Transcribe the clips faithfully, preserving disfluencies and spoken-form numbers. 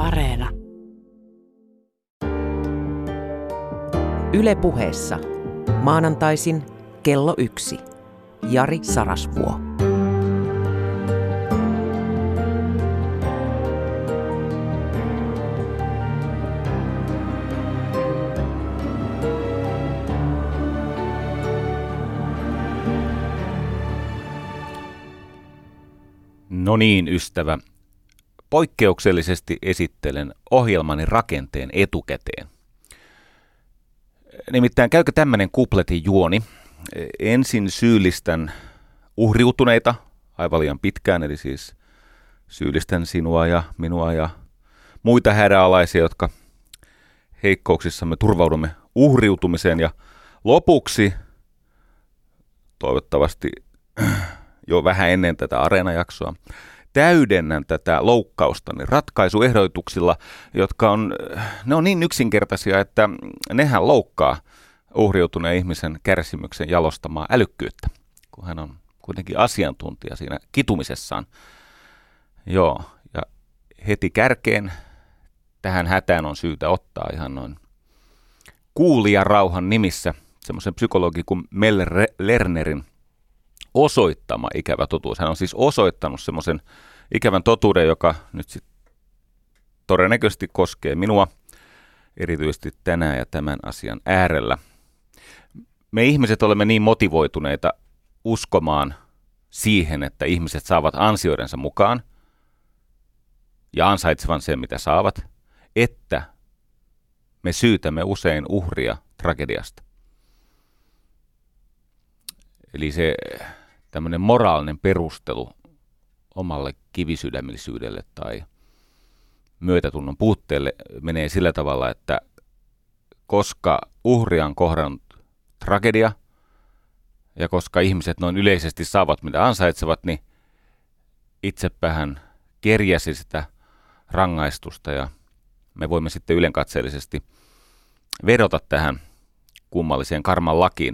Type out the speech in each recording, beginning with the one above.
Areena. Yle Puheessa. Maanantaisin kello yksi. Jari Sarasvuo. No niin, ystävä. Poikkeuksellisesti esittelen ohjelmani rakenteen etukäteen. Nimittäin käykö tämmöinen kupletin juoni? Ensin syyllistän uhriutuneita aivan liian pitkään, eli siis syyllistän sinua ja minua ja muita hädänalaisia, jotka heikkouksissamme turvaudumme uhriutumiseen. Ja lopuksi, toivottavasti jo vähän ennen tätä Areena-jaksoa, täydennän tätä loukkaustani ratkaisuehdotuksilla, jotka on, ne on niin yksinkertaisia, että nehän loukkaa uhriutuneen ihmisen kärsimyksen jalostamaa älykkyyttä, kun hän on kuitenkin asiantuntija siinä kitumisessaan. Joo, ja heti kärkeen tähän hätään on syytä ottaa ihan noin kuulijarauhan nimissä semmoisen psykologi kuin Mel Lernerin osoittama ikävä totuus. Hän on siis osoittanut semmoisen ikävän totuuden, joka nyt sitten todennäköisesti koskee minua erityisesti tänään ja tämän asian äärellä. Me ihmiset olemme niin motivoituneita uskomaan siihen, että ihmiset saavat ansioidensa mukaan ja ansaitsevan sen, mitä saavat, että me syytämme usein uhria tragediasta. Eli se tämmöinen moraalinen perustelu omalle kivisydämellisyydelle tai myötätunnon puutteelle menee sillä tavalla, että koska uhria on kohdannut tragedia ja koska ihmiset noin yleisesti saavat mitä ansaitsevat, niin itsepä kerjäsi sitä rangaistusta ja me voimme sitten ylenkatseellisesti vedota tähän kummalliseen karman lakiin.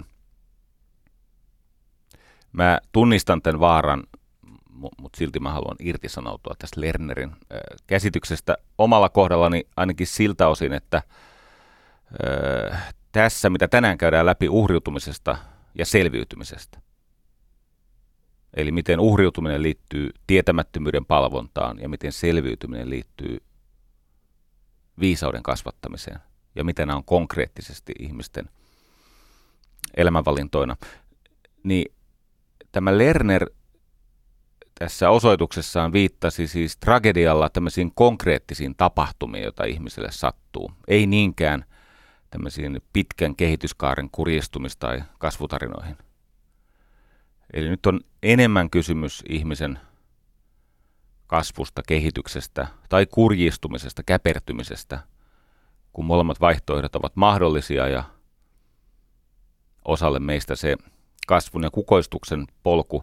Mä tunnistan tämän vaaran, mutta silti mä haluan irtisanoutua tästä Lernerin äh, käsityksestä omalla kohdallani ainakin siltä osin, että äh, tässä, mitä tänään käydään läpi uhriutumisesta ja selviytymisestä, eli miten uhriutuminen liittyy tietämättömyyden palvontaan ja miten selviytyminen liittyy viisauden kasvattamiseen ja miten nämä on konkreettisesti ihmisten elämänvalintoina, niin tämä Lerner tässä osoituksessaan viittasi siis tragedialla tämmöisiin konkreettisiin tapahtumiin, joita ihmisille sattuu. Ei niinkään tämmöisiin pitkän kehityskaaren kurjistumis- tai kasvutarinoihin. Eli nyt on enemmän kysymys ihmisen kasvusta, kehityksestä tai kurjistumisesta, käpertymisestä, kun molemmat vaihtoehdot ovat mahdollisia ja osalle meistä se kasvun ja kukoistuksen polku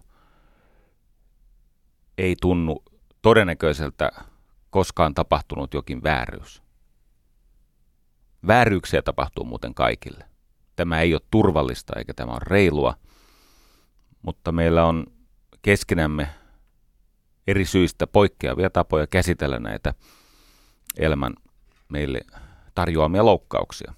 ei tunnu todennäköiseltä koskaan tapahtunut jokin vääryys. Vääryyksiä tapahtuu muuten kaikille. Tämä ei ole turvallista eikä tämä ole reilua, mutta meillä on keskenämme eri syistä poikkeavia tapoja käsitellä näitä elämän meille tarjoamia loukkauksia.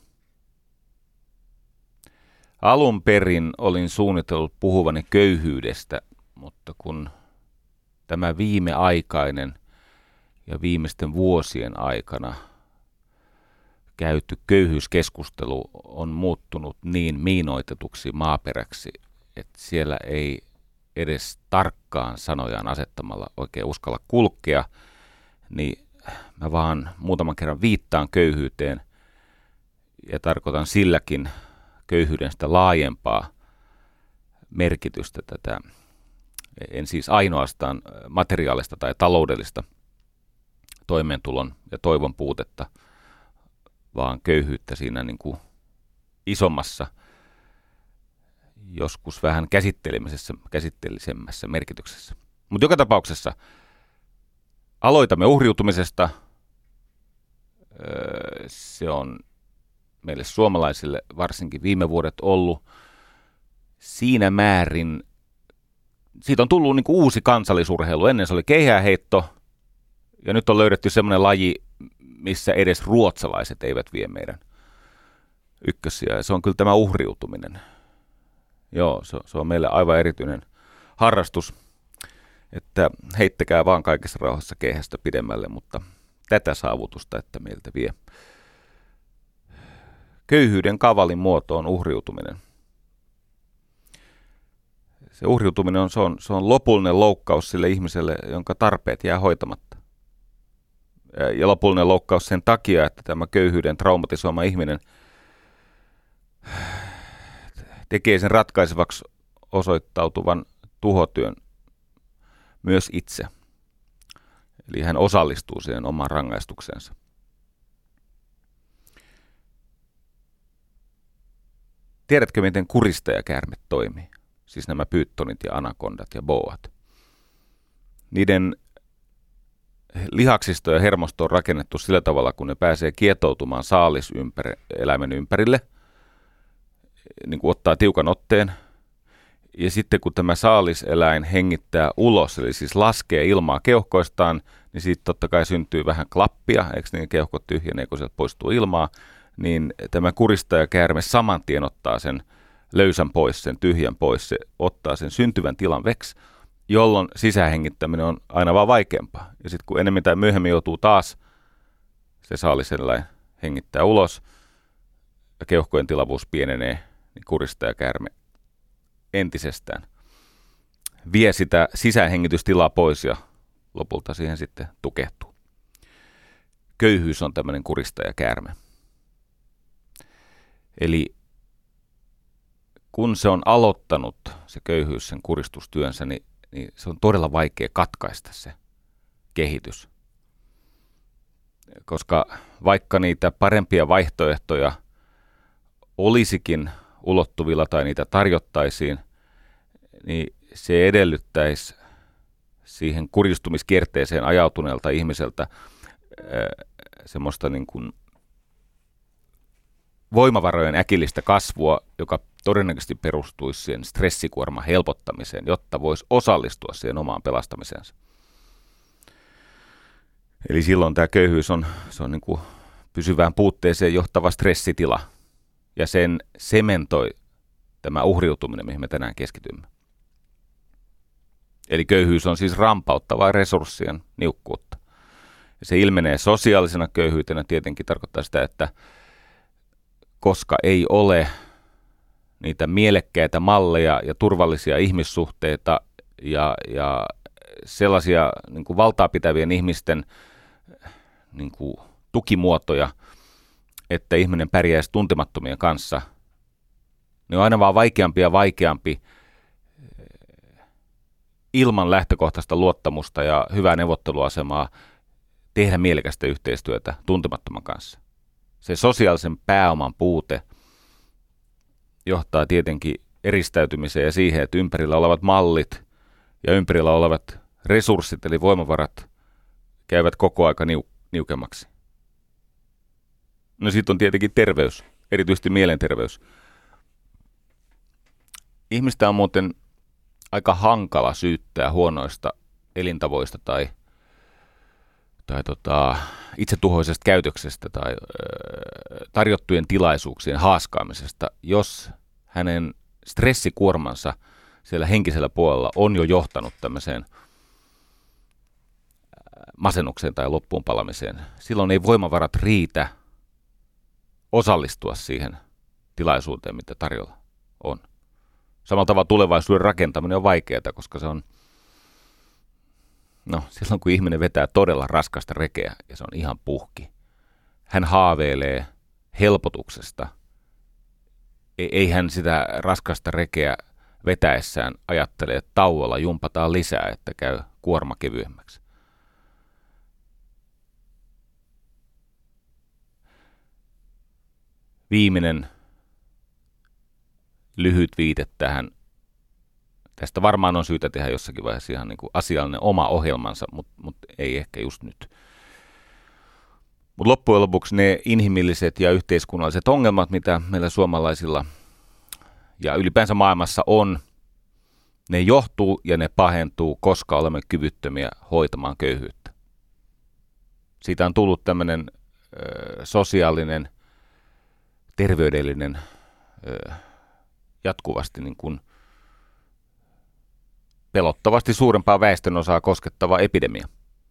Alun perin olin suunnitellut puhuvani köyhyydestä, mutta kun tämä viimeaikainen ja viimeisten vuosien aikana käyty köyhyyskeskustelu on muuttunut niin miinoitetuksi maaperäksi, että siellä ei edes tarkkaan sanojaan asettamalla oikein uskalla kulkea, niin mä vaan muutaman kerran viittaan köyhyyteen ja tarkoitan silläkin köyhyyden sitä laajempaa merkitystä tätä, en siis ainoastaan materiaalista tai taloudellista toimeentulon ja toivon puutetta, vaan köyhyyttä siinä niin kuin isommassa, joskus vähän käsittelemisessä, käsitteellisemmässä merkityksessä. Mutta joka tapauksessa aloitamme uhriutumisesta. Se on meille suomalaisille varsinkin viime vuodet ollut siinä määrin, siitä on tullut niin kuin uusi kansallisurheilu. Ennen se oli keihääheitto ja nyt on löydetty semmoinen laji, missä edes ruotsalaiset eivät vie meidän ykkössiä. Ja se on kyllä tämä uhriutuminen. Joo, se, se on meille aivan erityinen harrastus, että heittäkää vaan kaikessa rauhassa keihästä pidemmälle, mutta tätä saavutusta, että meiltä vie. Köyhyyden kavalin muoto on uhriutuminen. Se uhriutuminen on, se on, se on lopullinen loukkaus sille ihmiselle, jonka tarpeet jää hoitamatta. Ja lopullinen loukkaus sen takia, että tämä köyhyyden traumatisoima ihminen tekee sen ratkaisevaksi osoittautuvan tuhotyön myös itse. Eli hän osallistuu siihen omaan rangaistukseensa. Tiedätkö, miten kuristajakäärme toimii? Siis nämä pythonit ja anakondat ja boat. Niiden lihaksisto ja hermosto on rakennettu sillä tavalla, kun ne pääsee kietoutumaan saaliseläimen ympärille, niin kuin ottaa tiukan otteen. Ja sitten kun tämä saaliseläin hengittää ulos, eli siis laskee ilmaa keuhkoistaan, niin siitä totta kai syntyy vähän klappia, eikö niin, keuhkot tyhjenee, kun sieltä poistuu ilmaa, niin tämä kuristajakäärme saman tien ottaa sen löysän pois, sen tyhjän pois, se ottaa sen syntyvän tilan veksi, jolloin sisähengittäminen on aina vaan vaikeampaa. Ja sitten kun enemmän tai myöhemmin joutuu taas se saaliseläin hengittää ulos ja keuhkojen tilavuus pienenee, niin kuristajakäärme entisestään vie sitä sisäänhengitystilaa pois ja lopulta siihen sitten tukehtuu. Köyhyys on tämmöinen kuristajakäärme. Eli kun se on aloittanut, se köyhyys, sen kuristustyönsä, niin, niin se on todella vaikea katkaista se kehitys. Koska vaikka niitä parempia vaihtoehtoja olisikin ulottuvilla tai niitä tarjottaisiin, niin se edellyttäisi siihen kuristumiskierteeseen ajautuneelta ihmiseltä ää, semmoista niin kuin voimavarojen äkillistä kasvua, joka todennäköisesti perustuisi siihen stressikuorman helpottamiseen, jotta voisi osallistua siihen omaan pelastamiseensa. Eli silloin tämä köyhyys on, se on niin kuin pysyvään puutteeseen johtava stressitila, ja sen sementoi tämä uhriutuminen, mihin me tänään keskitymme. Eli köyhyys on siis rampauttavaa resurssien niukkuutta. Ja se ilmenee sosiaalisena köyhyytenä, tietenkin tarkoittaa sitä, että koska ei ole niitä mielekkäitä malleja ja turvallisia ihmissuhteita ja, ja sellaisia niin kuin valtaa pitävien ihmisten niin kuin tukimuotoja, että ihminen pärjäisi tuntemattomien kanssa, niin on aina vaan vaikeampi ja vaikeampi ilman lähtökohtaista luottamusta ja hyvää neuvotteluasemaa tehdä mielekästä yhteistyötä tuntemattoman kanssa. Se sosiaalisen pääoman puute johtaa tietenkin eristäytymiseen ja siihen, että ympärillä olevat mallit ja ympärillä olevat resurssit eli voimavarat käyvät koko aika niu- niukemmaksi. No sitten on tietenkin terveys, erityisesti mielenterveys. Ihmistä on muuten aika hankala syyttää huonoista elintavoista tai, tai tota, itsetuhoisesta käytöksestä tai ö, tarjottujen tilaisuuksien haaskaamisesta, jos hänen stressikuormansa siellä henkisellä puolella on jo johtanut tämmöiseen masennukseen tai loppuun palamiseen. Silloin ei voimavarat riitä osallistua siihen tilaisuuteen, mitä tarjolla on. Samalla tavalla tulevaisuuden rakentaminen on vaikeaa, koska se on, no silloin kun ihminen vetää todella raskasta rekeä ja se on ihan puhki, hän haaveilee helpotuksesta. Ei hän sitä raskasta rekeä vetäessään ajattele, että tauolla jumpataan lisää, että käy kuorma kevyemmäksi. Viimeinen lyhyt viite tähän. Tästä varmaan on syytä tehdä jossakin vaiheessa ihan niin kuin asiallinen oma ohjelmansa, mutta mut ei ehkä just nyt. Mutta loppujen lopuksi ne inhimilliset ja yhteiskunnalliset ongelmat, mitä meillä suomalaisilla ja ylipäänsä maailmassa on, ne johtuu ja ne pahentuu, koska olemme kyvyttömiä hoitamaan köyhyyttä. Siitä on tullut tämmöinen sosiaalinen, terveydellinen, jatkuvasti niin kuin pelottavasti suurempaa väestönosaa koskettava epidemia.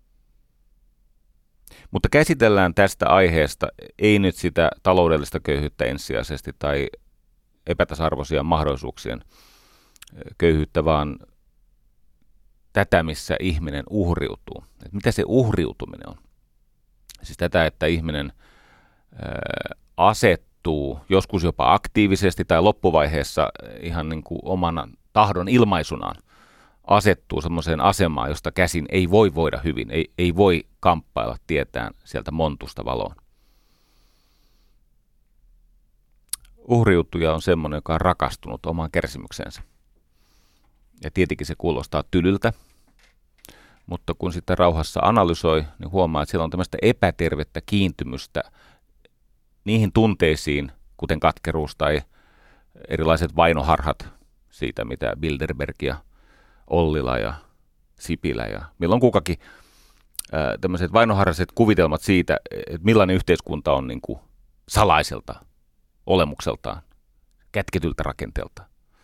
Mutta käsitellään tästä aiheesta ei nyt sitä taloudellista köyhyyttä ensisijaisesti tai epätasa-arvoisia mahdollisuuksien köyhyyttä, vaan tätä, missä ihminen uhriutuu. Et mitä se uhriutuminen on? Siis tätä, että ihminen ää, asettuu joskus jopa aktiivisesti tai loppuvaiheessa ihan niin kuin omana tahdon ilmaisunaan asettuu semmoiseen asemaan, josta käsin ei voi voida hyvin, ei, ei voi kamppailla tietään sieltä montusta valoon. Uhriutuja on semmoinen, joka on rakastunut omaan kärsimyksensä. Ja tietenkin se kuulostaa tylyltä, mutta kun sitä rauhassa analysoi, niin huomaa, että siellä on tämmöistä epätervettä kiintymystä niihin tunteisiin, kuten katkeruus tai erilaiset vainoharhat siitä, mitä Bilderberg ja Ollila ja Sipilä ja milloin kukakin ää, tämmöiset vainoharhaiset kuvitelmat siitä, että millainen yhteiskunta on niin kuin salaiselta olemukseltaan, kätketyltä rakenteelta.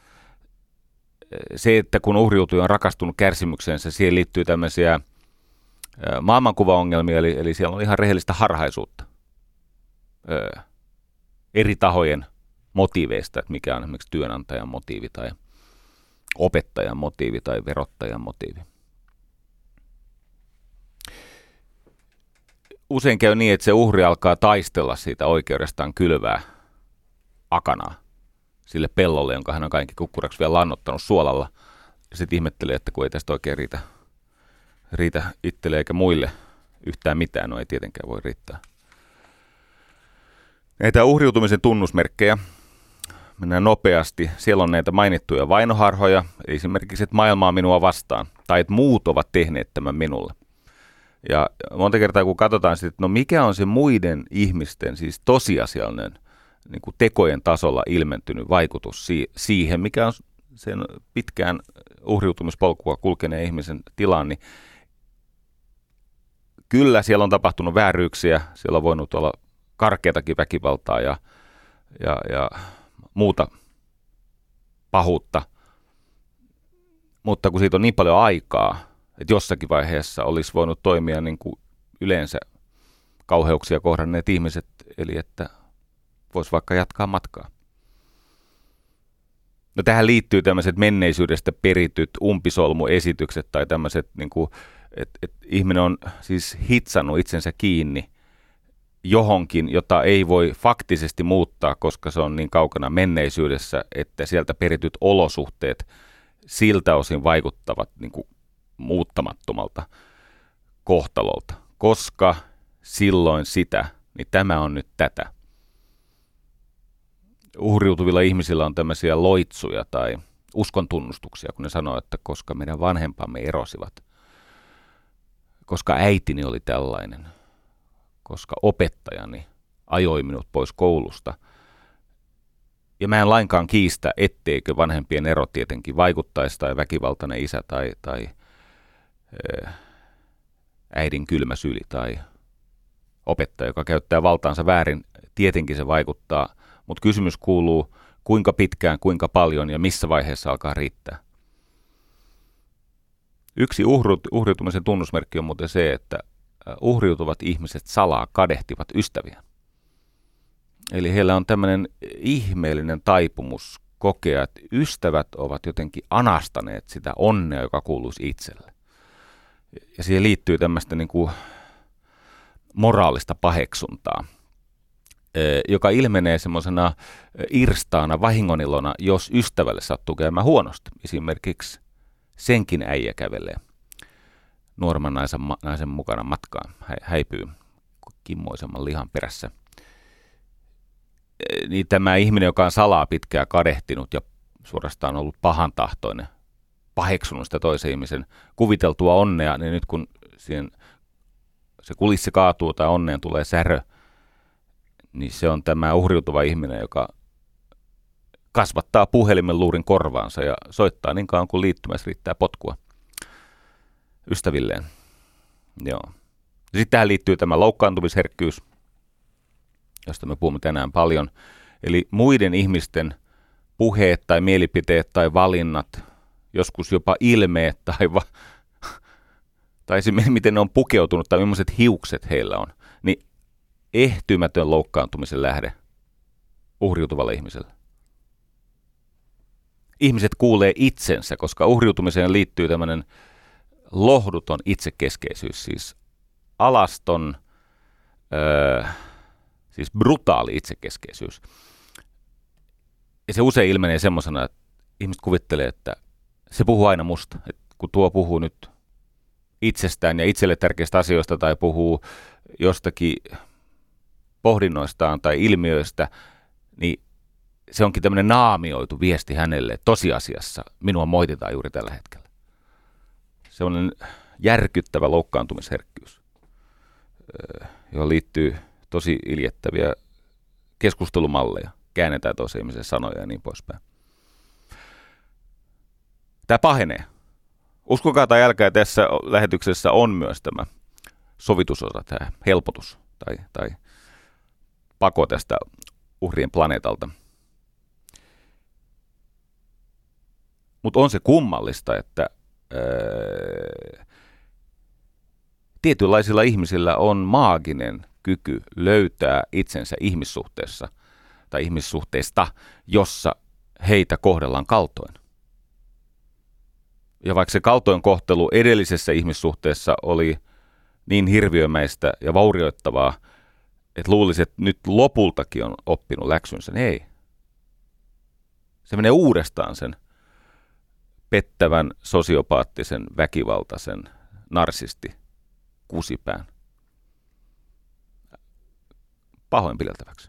Se, että kun uhriutuja on rakastunut kärsimyksensä, siihen liittyy tämmöisiä ää, maailmankuvaongelmia, eli, eli siellä on ihan rehellistä harhaisuutta ää, eri tahojen motiiveista, että mikä on esimerkiksi työnantajan motiivi tai opettajan motiivi tai verottajan motiivi. Usein käy niin, että se uhri alkaa taistella siitä oikeudestaan kylvää akanaa sille pellolle, jonka hän on kaikki kukkuraksi vielä lannottanut suolalla. Ja sitten ihmettelee, että kun ei tästä oikein riitä, riitä itselle eikä muille yhtään mitään, no ei tietenkään voi riittää. Näitä uhriutumisen tunnusmerkkejä mennään nopeasti. Siellä on näitä mainittuja vainoharhoja, esimerkiksi, että maailma on minua vastaan, tai että muut ovat tehneet tämän minulle. Ja monta kertaa, kun katsotaan sitten, että no mikä on se muiden ihmisten, siis tosiasiallinen niin kuin tekojen tasolla ilmentynyt vaikutus si- siihen, mikä on sen pitkään uhriutumispolkua kulkeneen ihmisen tilan, niin kyllä siellä on tapahtunut vääryyksiä, siellä on voinut olla karkeatakin väkivaltaa ja, ja, ja muuta pahuutta, mutta kun siitä on niin paljon aikaa, että jossakin vaiheessa olisi voinut toimia niin kuin yleensä kauheuksia kohdanneet ihmiset, eli että voisi vaikka jatkaa matkaa. No tähän liittyy tämmöiset menneisyydestä perityt umpisolmuesitykset tai tämmöiset, niin kuin, että, että ihminen on siis hitsannut itsensä kiinni johonkin, jota ei voi faktisesti muuttaa, koska se on niin kaukana menneisyydessä, että sieltä perityt olosuhteet siltä osin vaikuttavat niin kuin muuttamattomalta kohtalolta. Koska silloin sitä, niin tämä on nyt tätä. Uhriutuvilla ihmisillä on tämmöisiä loitsuja tai uskon tunnustuksia, kun ne sanoo, että koska meidän vanhempamme erosivat, koska äitini oli tällainen, koska opettajani ajoi minut pois koulusta. Ja mä en lainkaan kiistä, etteikö vanhempien ero tietenkin vaikuttaisi tai väkivaltainen isä tai, tai ää, äidin kylmä syli tai opettaja, joka käyttää valtaansa väärin, tietenkin se vaikuttaa, mutta kysymys kuuluu, kuinka pitkään, kuinka paljon ja missä vaiheessa alkaa riittää. Yksi uhriutumisen tunnusmerkki on muuten se, että uhriutuvat ihmiset salaa kadehtivat ystäviä. Eli heillä on tämmöinen ihmeellinen taipumus kokea, että ystävät ovat jotenkin anastaneet sitä onnea, joka kuuluisi itselle. Ja siihen liittyy tämmöistä niin kuin moraalista paheksuntaa, joka ilmenee semmoisena irstaana, vahingonilona, jos ystävälle sattuu käymään huonosti. Esimerkiksi senkin äijä kävelee nuoremman naisen, naisen mukana matkaan, häipyy kimmoisemman lihan perässä. Niin tämä ihminen, joka on salaa pitkään kadehtinut ja suorastaan ollut pahantahtoinen, paheksunut sitä toisen ihmisen kuviteltua onnea, niin nyt kun siihen se kulissi kaatuu tai onneen tulee särö, niin se on tämä uhriutuva ihminen, joka kasvattaa puhelimen luurin korvaansa ja soittaa niin kauan kuin liittymässä riittää potkua ystävilleen. Joo. Sitten tähän liittyy tämä loukkaantumisherkkyys. josta me puhumme tänään paljon. Eli muiden ihmisten puheet tai mielipiteet tai valinnat, joskus jopa ilmeet tai, va- tai se, miten ne on pukeutunut tai millaiset hiukset heillä on, niin ehtymätön loukkaantumisen lähde uhriutuvalle ihmiselle. Ihmiset kuulee itsensä, koska uhriutumiseen liittyy tämmöinen lohduton itsekeskeisyys, siis alaston, öö, siis brutaali itsekeskeisyys. Ja se usein ilmenee semmoisena, että ihmiset kuvittelee, että se puhuu aina musta. Että kun tuo puhuu nyt itsestään ja itselle tärkeistä asioista tai puhuu jostakin pohdinnoistaan tai ilmiöistä, niin se onkin tämmöinen naamioitu viesti hänelle. Tosiasiassa minua moititaan juuri tällä hetkellä. Semmoinen järkyttävä loukkaantumisherkkyys, johon liittyy tosi iljettäviä keskustelumalleja. Käännetään toisen ihmisen sanoja ja niin poispäin. Tämä pahenee. Uskokaa tai älkää, tässä lähetyksessä on myös tämä sovitusosa, tämä helpotus tai, tai pako tästä uhrien planeetalta. Mutta on se kummallista, että ää, tietynlaisilla ihmisillä on maaginen kyky löytää itsensä ihmissuhteessa tai ihmissuhteesta, jossa heitä kohdellaan kaltoin. Ja vaikka se kaltoinkohtelu edellisessä ihmissuhteessa oli niin hirviömäistä ja vaurioittavaa, että luulisi, että nyt lopultakin on oppinut läksynsä, niin ei. Se menee uudestaan sen pettävän, sosiopaattisen, väkivaltaisen, narsisti, kusipään pahoinpideltäväksi.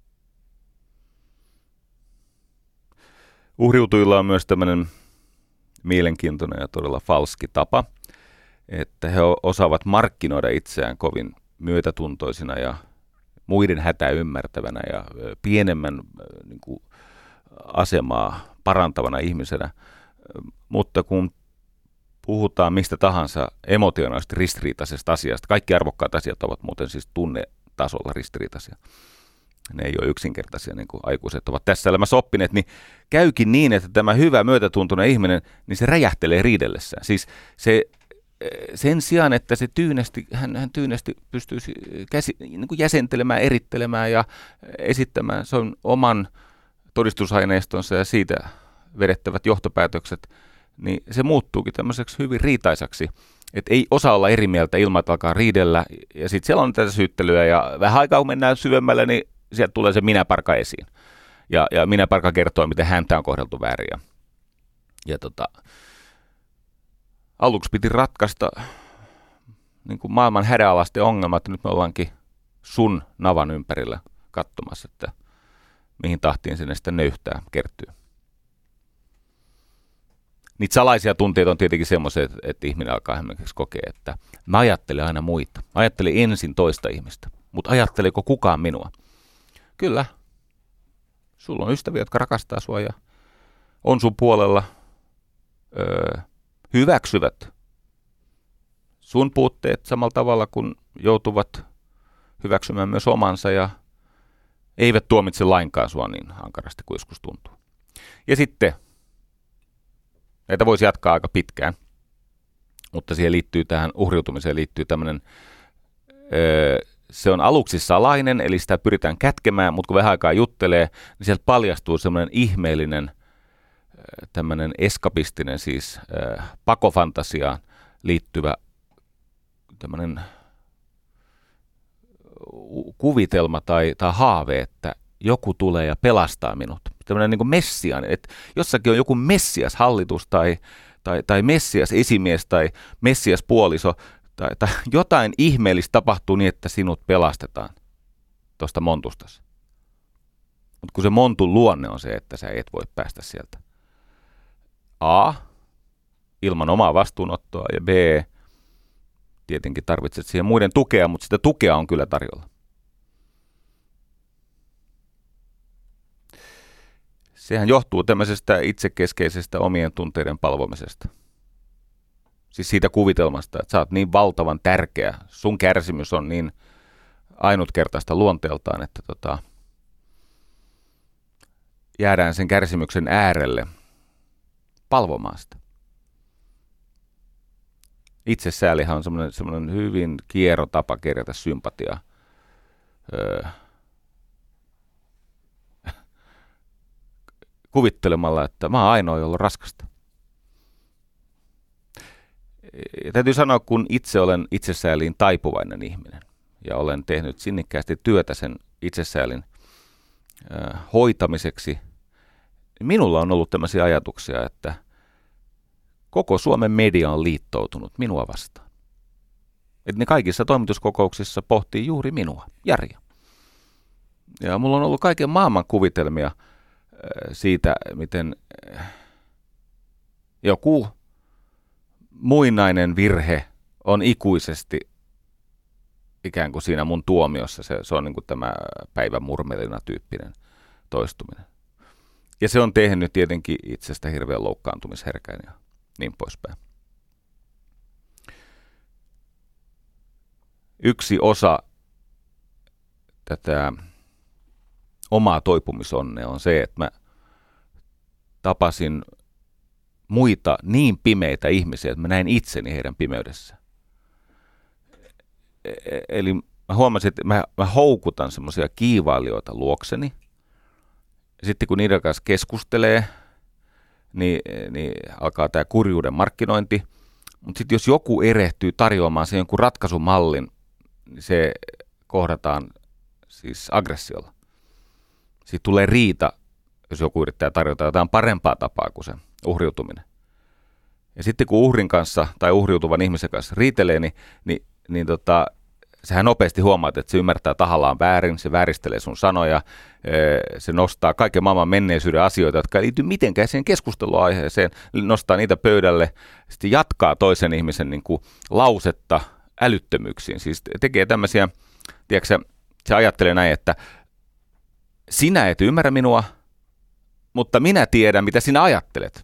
Uhriutujilla on myös tämmöinen mielenkiintoinen ja todella falski tapa, että he osaavat markkinoida itseään kovin myötätuntoisina ja muiden hätää ymmärtävänä ja pienemmän niin kuin, asemaa parantavana ihmisenä. Mutta kun puhutaan mistä tahansa emotionaalisesti ristiriitaisesta asiasta, kaikki arvokkaat asiat ovat muuten siis tunnetasolla ristiriitaisia. Ne ei ole yksinkertaisia, niin kuin aikuiset ovat tässä elämässä oppineet, niin käykin niin, että tämä hyvä myötätuntoinen ihminen, niin se räjähtelee riidellessään. Siis se, sen sijaan, että se tyynesti, hän, hän tyynesti pystyisi käsi, niin kuin jäsentelemään, erittelemään ja esittämään se on oman todistusaineistonsa ja siitä vedettävät johtopäätökset, niin se muuttuukin tämmöiseksi hyvin riitaisaksi, että ei osaa olla eri mieltä ilman, että alkaa riidellä, ja sitten siellä on tätä syyttelyä, ja vähän aikaa kun mennään syvemmälle, niin sieltä tulee se minäparka esiin. Ja, ja minäparka kertoo, miten häntä on kohdeltu väärin. Ja, ja tota, aluksi piti ratkaista niin kuin maailman hädänalaisten ongelmat, ja nyt me ollaankin sun navan ympärillä katsomassa, että mihin tahtiin sinne sitten nöyhtää kertyy. Niitä salaisia tunteita on tietenkin semmoisia, että, että ihminen alkaa esimerkiksi kokea, että mä ajattelen aina muita. Mä ajattelen ensin toista ihmistä, mutta ajatteleeko kukaan minua? Kyllä. Sulla on ystäviä, jotka rakastaa sua ja on sun puolella, öö, hyväksyvät sun puutteet samalla tavalla, kun joutuvat hyväksymään myös omansa ja eivät tuomitse lainkaan sua niin ankarasti kuin joskus tuntuu. Ja sitten näitä voisi jatkaa aika pitkään, mutta siihen liittyy tähän uhriutumiseen liittyy tämmöinen, öö, se on aluksi salainen, eli sitä pyritään kätkemään, mutta kun vähän aikaa juttelee, niin sieltä paljastuu semmoinen ihmeellinen, öö, tämmöinen eskapistinen, siis öö, pakofantasiaan liittyvä tämmöinen kuvitelma tai, tai haave, että joku tulee ja pelastaa minut. Tämmöinen niin kuin messiaan, että jossakin on joku messias-hallitus tai, tai, tai messias-esimies tai messias-puoliso tai, tai jotain ihmeellistä tapahtuu niin, että sinut pelastetaan tuosta montustasi. Mutta kun se montun luonne on se, että sä et voi päästä sieltä. A, ilman omaa vastuunottoa ja B, tietenkin tarvitset siihen muiden tukea, mutta sitä tukea on kyllä tarjolla. Sehän johtuu tämmöisestä itsekeskeisestä omien tunteiden palvomisesta. Siis siitä kuvitelmasta, että sä oot niin valtavan tärkeä, sun kärsimys on niin ainutkertaista luonteeltaan, että tota, jäädään sen kärsimyksen äärelle palvomaan sitä. Itsesäälihan on semmoinen, semmoinen hyvin kiero tapa kerätä sympatiaa. Öö, kuvittelemalla, että mä oon ainoa, jolla on raskasta. Ja täytyy sanoa, kun itse olen itsesääliin taipuvainen ihminen ja olen tehnyt sinnikkäästi työtä sen itsesäälin öö, hoitamiseksi, niin minulla on ollut tämmöisiä ajatuksia, että koko Suomen media on liittoutunut minua vastaan. Että ne kaikissa toimituskokouksissa pohtii juuri minua, Jaria. Ja mulla on ollut kaiken maailman kuvitelmia siitä, miten joku muinainen virhe on ikuisesti ikään kuin siinä mun tuomiossa. Se, se on niin kuin tämä päivän murmelina tyyppinen toistuminen. Ja se on tehnyt tietenkin itsestä hirveän loukkaantumisherkän ja niin poispäin. Yksi osa tätä omaa toipumisonnea on se, että mä tapasin muita niin pimeitä ihmisiä, että mä näin itseni heidän pimeydessä. Eli mä huomasin, että mä, mä houkutan semmoisia kiivailijoita luokseni. Sitten kun niiden kanssa keskustelee, niin, niin alkaa tämä kurjuuden markkinointi. Mutta sitten jos joku erehtyy tarjoamaan sen jonkun ratkaisumallin, niin se kohdataan siis aggressiolla. Siitä tulee riita, jos joku yrittää tarjota jotain parempaa tapaa kuin se uhriutuminen. Ja sitten kun uhrin kanssa tai uhriutuvan ihmisen kanssa riitelee, niin, niin, niin tota, sehän nopeasti huomaat, että se ymmärtää tahallaan väärin, se vääristelee sun sanoja, se nostaa kaiken maailman menneisyyden asioita, jotka ei liity mitenkään siihen keskusteluaiheeseen, nostaa niitä pöydälle, sitten jatkaa toisen ihmisen niin kuin lausetta älyttömyyksiin. Siis tekee tämmöisiä, tiedätkö, se ajattelee näin, että sinä et ymmärrä minua, mutta minä tiedän, mitä sinä ajattelet.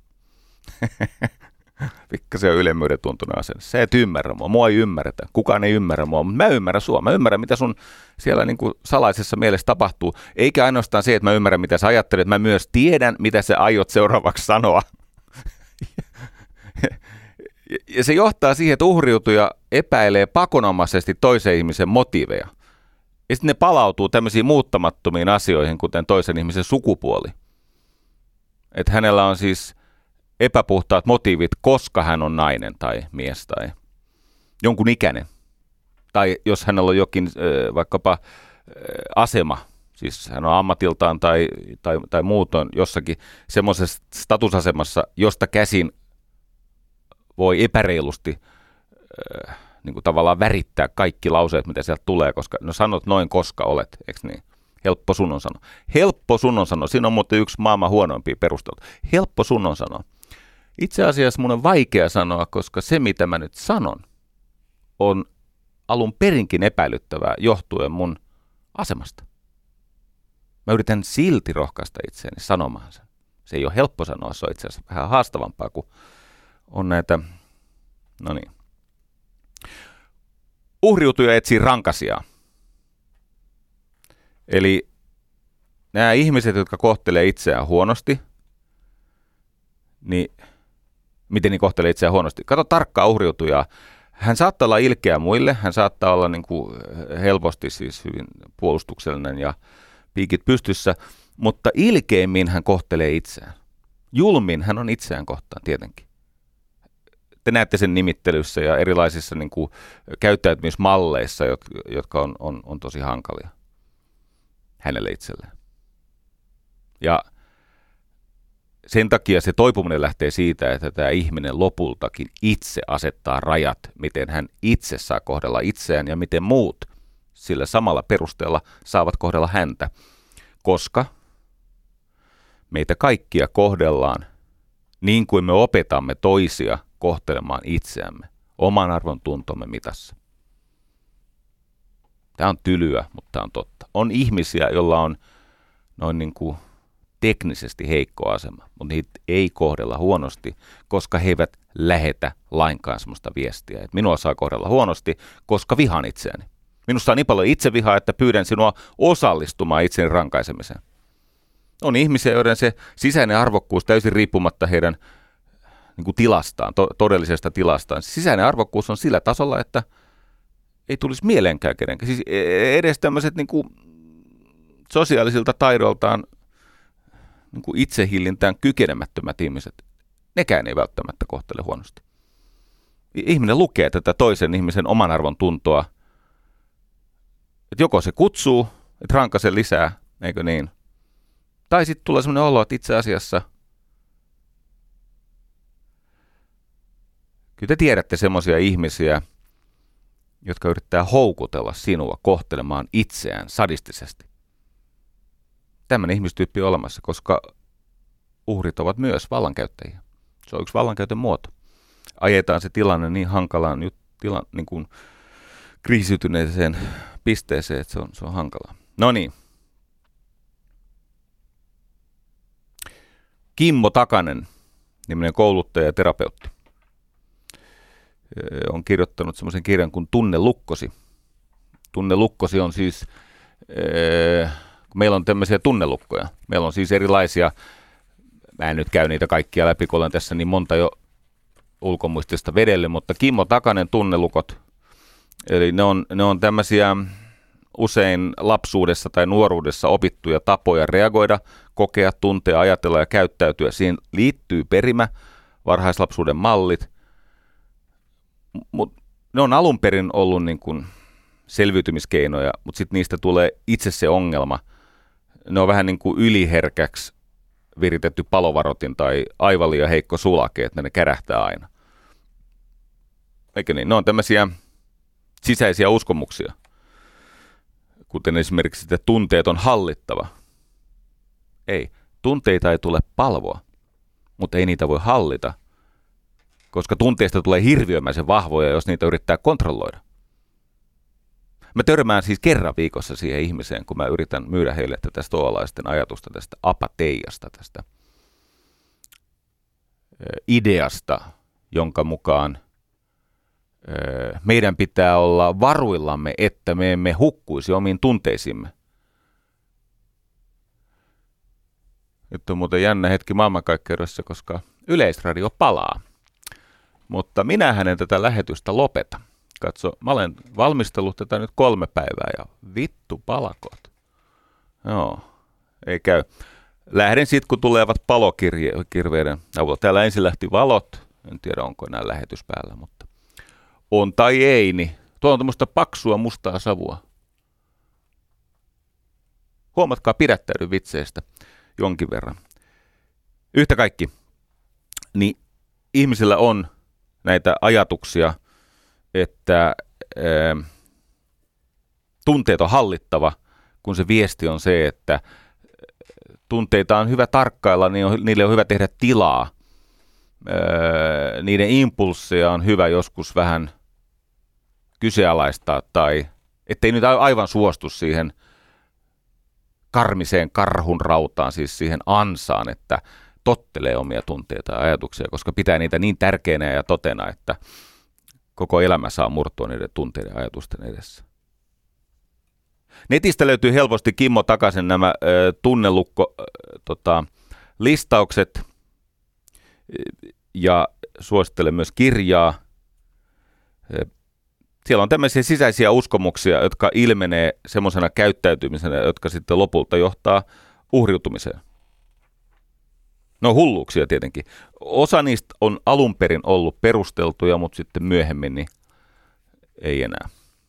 Pikkasen on ylemmyyden tuntunut asenne. Sä et ymmärrä mua, mua ei ymmärretä. Kukaan ei ymmärrä mua, mutta mä ymmärrän sua. Mä ymmärrän, mitä sun siellä niin kuin salaisessa mielessä tapahtuu. Eikä ainoastaan se, että mä ymmärrän, mitä sä ajattelet. Mä myös tiedän, mitä sä aiot seuraavaksi sanoa. Ja se johtaa siihen, että uhriutuja epäilee pakonomaisesti toisen ihmisen motiiveja. Ja sitten ne palautuu tämmöisiin muuttamattomiin asioihin, kuten toisen ihmisen sukupuoli. Että hänellä on siis epäpuhtaat motiivit, koska hän on nainen tai mies tai jonkun ikäinen. Tai jos hänellä on jokin äh, vaikkapa äh, asema, siis hän on ammatiltaan tai, tai, tai muutoin jossakin semmoisessa statusasemassa, josta käsin voi epäreilusti äh, niin kuin tavallaan värittää kaikki lauseet, mitä sieltä tulee, koska no sanot noin, koska olet, eikö niin? Helppo sun on sanoa. Helppo sun on sanoa. Siinä on muuten yksi maailman huonoimpia perusteluita. Helppo sun on sanoa. Itse asiassa mun on vaikea sanoa, koska se, mitä mä nyt sanon, on alun perinkin epäilyttävää johtuen mun asemasta. Mä yritän silti rohkaista itseäni sanomaan sen. Se ei ole helppo sanoa, se on itse asiassa vähän haastavampaa, kun on näitä, no niin. Uhriutuja etsii rankasiaa. Eli nämä ihmiset, jotka kohtelee itseään huonosti, niin miten ne kohtelee itseään huonosti? Kato tarkkaa uhriutujaa. Hän saattaa olla ilkeä muille, hän saattaa olla niin kuin helposti siis hyvin puolustuksellinen ja piikit pystyssä, mutta ilkeimmin hän kohtelee itseään. Julmin hän on itseään kohtaan tietenkin. Te näette sen nimittelyssä ja erilaisissa niin kuin käyttäytymismalleissa, jotka on, on, on tosi hankalia hänelle itselleen. Ja sen takia se toipuminen lähtee siitä, että tämä ihminen lopultakin itse asettaa rajat, miten hän itse saa kohdella itseään ja miten muut sillä samalla perusteella saavat kohdella häntä, koska meitä kaikkia kohdellaan niin kuin me opetamme toisia kohtelemaan itseämme oman arvon tuntomme mitassa. Tämä on tylyä, mutta tämä on totta. On ihmisiä, joilla on noin niin kuin teknisesti heikko asema, mutta niitä ei kohdella huonosti, koska he eivät lähetä lainkaan sellaista viestiä. Että minua saa kohdella huonosti, koska vihaan itseäni. Minusta on niin paljon itsevihaa, että pyydän sinua osallistumaan itseni rankaisemiseen. On ihmisiä, joiden se sisäinen arvokkuus täysin riippumatta heidän niin kuin tilastaan, to- todellisesta tilastaan. Sisäinen arvokkuus on sillä tasolla, että ei tulisi mieleenkään kenenkään. Siis edes tämmöiset niin kuin sosiaalisilta taidoltaan niin kuin itsehillintään kykenemättömät ihmiset, nekään ei välttämättä kohtele huonosti. Ihminen lukee tätä toisen ihmisen oman arvon tuntoa, että joko se kutsuu, että rankaise lisää, eikö niin? Tai sitten tulee sellainen olo, että itse asiassa kyllä te tiedätte semmoisia ihmisiä, jotka yrittää houkutella sinua kohtelemaan itseään sadistisesti. Tämmöinen ihmistyyppi on olemassa, koska uhrit ovat myös vallankäyttäjiä. Se on yksi vallankäytön muoto. Ajetaan se tilanne niin hankalaan tila, niin kuin kriisiytyneeseen pisteeseen, että se on, se on hankalaa. No niin. Kimmo Takanen, niminen kouluttaja ja terapeutti, on kirjoittanut semmoisen kirjan kuin Tunne lukkosi. Tunne lukkosi on siis, kun meillä on tämmöisiä tunnelukkoja. Meillä on siis erilaisia, mä en nyt käy niitä kaikkia läpi, kun olen tässä niin monta jo ulkomuistista vedelle, mutta Kimmo Takanen tunnelukot, eli ne on, ne on tämmöisiä usein lapsuudessa tai nuoruudessa opittuja tapoja reagoida, kokea, tuntea, ajatella ja käyttäytyä. Siihen liittyy perimä, varhaislapsuuden mallit, mutta ne on alun perin ollut niin kuin selviytymiskeinoja, mutta sitten niistä tulee itse se ongelma. Ne on vähän niin kuin yliherkäksi viritetty palovarotin tai aivan liian heikko sulake, että ne kärähtää aina. Eikö niin? Ne on tämmöisiä sisäisiä uskomuksia, kuten esimerkiksi, että tunteet on hallittava. Ei, tunteita ei tule palvoa, mutta ei niitä voi hallita, koska tunteista tulee hirviömäisen vahvoja, jos niitä yrittää kontrolloida. Mä törmään siis kerran viikossa siihen ihmiseen, kun mä yritän myydä heille tätä stoalaisten ajatusta tästä apateiasta, tästä ideasta, jonka mukaan meidän pitää olla varuillamme, että me emme hukkuisi omiin tunteisimme. Nyt on muuten jännä hetki maailmankaikkeudessa, koska Yleisradio palaa. Mutta minähän en tätä lähetystä lopeta. Katso, mä olen valmistellut tätä nyt kolme päivää ja vittu palakot. Joo, ei käy. Lähden sitten, kun tulevat palokirveiden avulla. Täällä ensin lähti valot. En tiedä, onko enää lähetys päällä, mutta on tai ei, niin tuo on tämmöistä paksua mustaa savua. Huomatkaa, pidättäydy vitseistä jonkin verran. Yhtä kaikki, niin ihmisillä on näitä ajatuksia, että ää, tunteet on hallittava, kun se viesti on se, että tunteita on hyvä tarkkailla, niin on, niille on hyvä tehdä tilaa. Ää, niiden impulsseja on hyvä joskus vähän kyseenalaistaa, tai ettei nyt aivan suostu siihen karmiseen karhun rautaan, siis siihen ansaan, että tottelee omia tunteita ja ajatuksia, koska pitää niitä niin tärkeänä ja totena, että koko elämä saa murtua niiden tunteiden ja ajatusten edessä. Netistä löytyy helposti Kimmo Takasen nämä äh, tunnelukko äh, tota, listaukset ja suosittelen myös kirjaa. Äh, siellä on tämmöisiä sisäisiä uskomuksia, jotka ilmenee semmoisena käyttäytymisenä, jotka sitten lopulta johtaa uhriutumiseen. No hulluuksia tietenkin. Osa niistä on alun perin ollut perusteltuja, mutta sitten myöhemmin niin ei enää.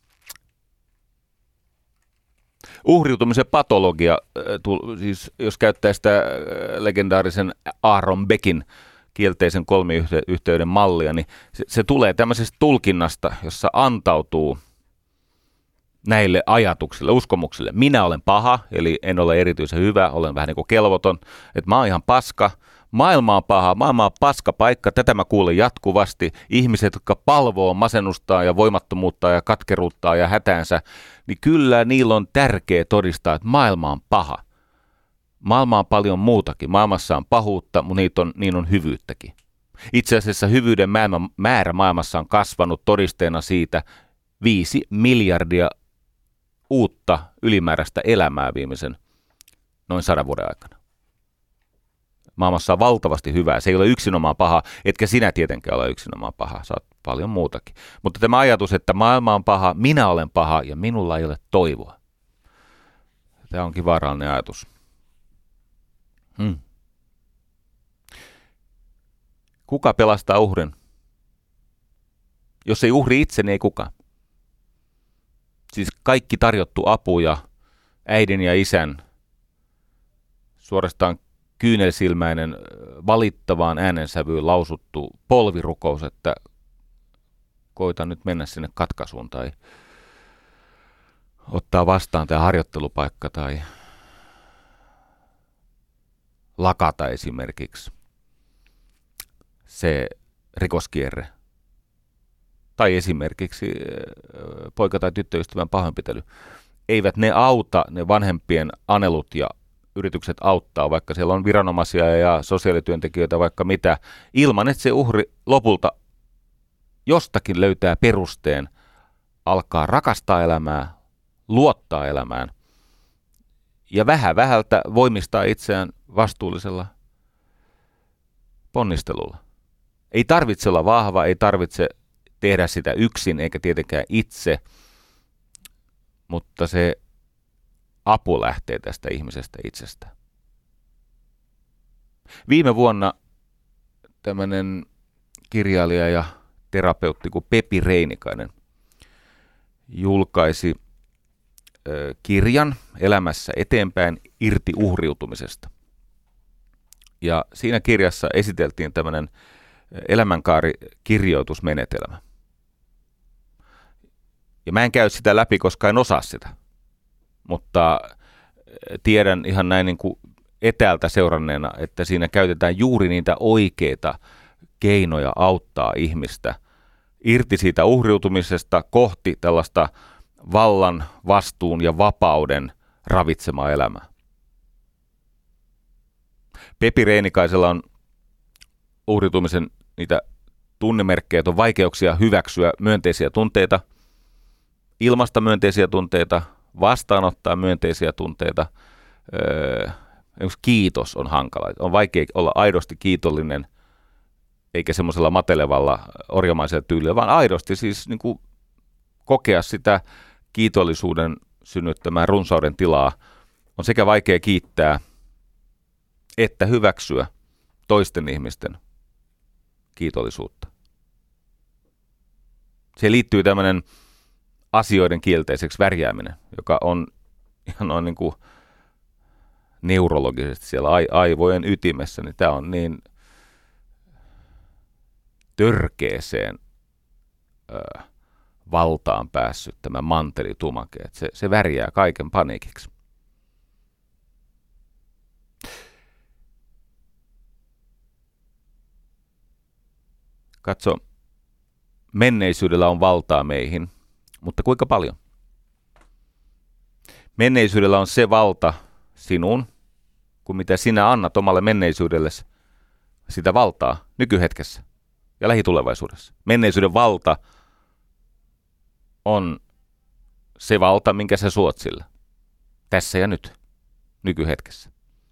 Uhriutumisen patologia, siis jos käyttää sitä legendaarisen Aaron Beckin kielteisen kolmiyhteyden mallia, niin se, se tulee tämmöisestä tulkinnasta, jossa antautuu näille ajatuksille, uskomuksille. Minä olen paha, eli en ole erityisen hyvä, olen vähän niin kuin kelvoton, että mä oon ihan paska, maailma on paha, maailma on paska paikka, tätä mä kuulen jatkuvasti. Ihmiset, jotka palvoo masennustaan ja voimattomuuttaan ja katkeruuttaan ja hätäänsä, niin kyllä niillä on tärkeää todistaa, että maailma on paha. Maailma on paljon muutakin, maailmassa on pahuutta, mutta niitä on, niin on hyvyyttäkin. Itse asiassa hyvyyden määrä maailmassa on kasvanut todisteena siitä viisi miljardia uutta ylimääräistä elämää viimeisen noin sadan vuoden aikana. Maailmassa on valtavasti hyvää. Se ei ole yksinomaan paha, etkä sinä tietenkään ole yksinomaan paha. Sä oot paljon muutakin. Mutta tämä ajatus, että maailma on paha, minä olen paha ja minulla ei ole toivoa. Tämä onkin vaarallinen ajatus. Hmm. Kuka pelastaa uhrin? Jos ei uhri itse, niin ei kukaan. Siis kaikki tarjottu apu ja äidin ja isän suorastaan kyynelsilmäinen valittavaan äänensävyyn lausuttu polvirukous, että koita nyt mennä sinne katkaisuun tai ottaa vastaan tämä harjoittelupaikka tai lakata esimerkiksi se rikoskierre. Tai esimerkiksi poika- tai tyttöystävän pahoinpitely. Eivät ne auta, ne vanhempien anelut ja yritykset auttaa, vaikka siellä on viranomaisia ja sosiaalityöntekijöitä, vaikka mitä, ilman että se uhri lopulta jostakin löytää perusteen, alkaa rakastaa elämää, luottaa elämään ja vähän vähältä voimistaa itseään vastuullisella ponnistelulla. Ei tarvitse olla vahva, ei tarvitse tehdä sitä yksin eikä tietenkään itse, mutta se apu lähtee tästä ihmisestä itsestä. Viime vuonna tämmöinen kirjailija ja terapeutti kuin Pepi Reinikainen julkaisi ö, kirjan Elämässä eteenpäin irti uhriutumisesta. Ja siinä kirjassa esiteltiin tämmöinen elämänkaarikirjoitusmenetelmä. Ja mä en käy sitä läpi, koska en osaa sitä. Mutta tiedän ihan näin niin kuin etäältä seuranneena, että siinä käytetään juuri niitä oikeita keinoja auttaa ihmistä irti siitä uhriutumisesta kohti tällaista vallan, vastuun ja vapauden ravitsemaa elämää. Pepi Reinikaisella on uhriutumisen niitä tunnemerkkejä, että on vaikeuksia hyväksyä myönteisiä tunteita, ilmaista myönteisiä tunteita, vastaanottaa myönteisiä tunteita. Öö, kiitos on hankala. On vaikea olla aidosti kiitollinen, eikä semmoisella matelevalla orjamaisella tyylillä, vaan aidosti siis niin kuin kokea sitä kiitollisuuden synnyttämää runsauden tilaa. On sekä vaikea kiittää että hyväksyä toisten ihmisten kiitollisuutta. Se liittyy tämmöinen asioiden kielteiseksi värjääminen, joka on ihan noin niin kuin neurologisesti siellä aivojen ytimessä, niin tämä on niin törkeeseen ö, valtaan päässyt tämä mantelitumake, että se, se värjää kaiken paniikiksi. Katso, menneisyydellä on valtaa meihin, mutta kuinka paljon? Menneisyydellä on se valta sinun, kuin mitä sinä annat omalle menneisyydellesi sitä valtaa nykyhetkessä ja lähitulevaisuudessa. Menneisyyden valta on se valta, minkä sä suot sillä. Tässä ja nyt, nykyhetkessä.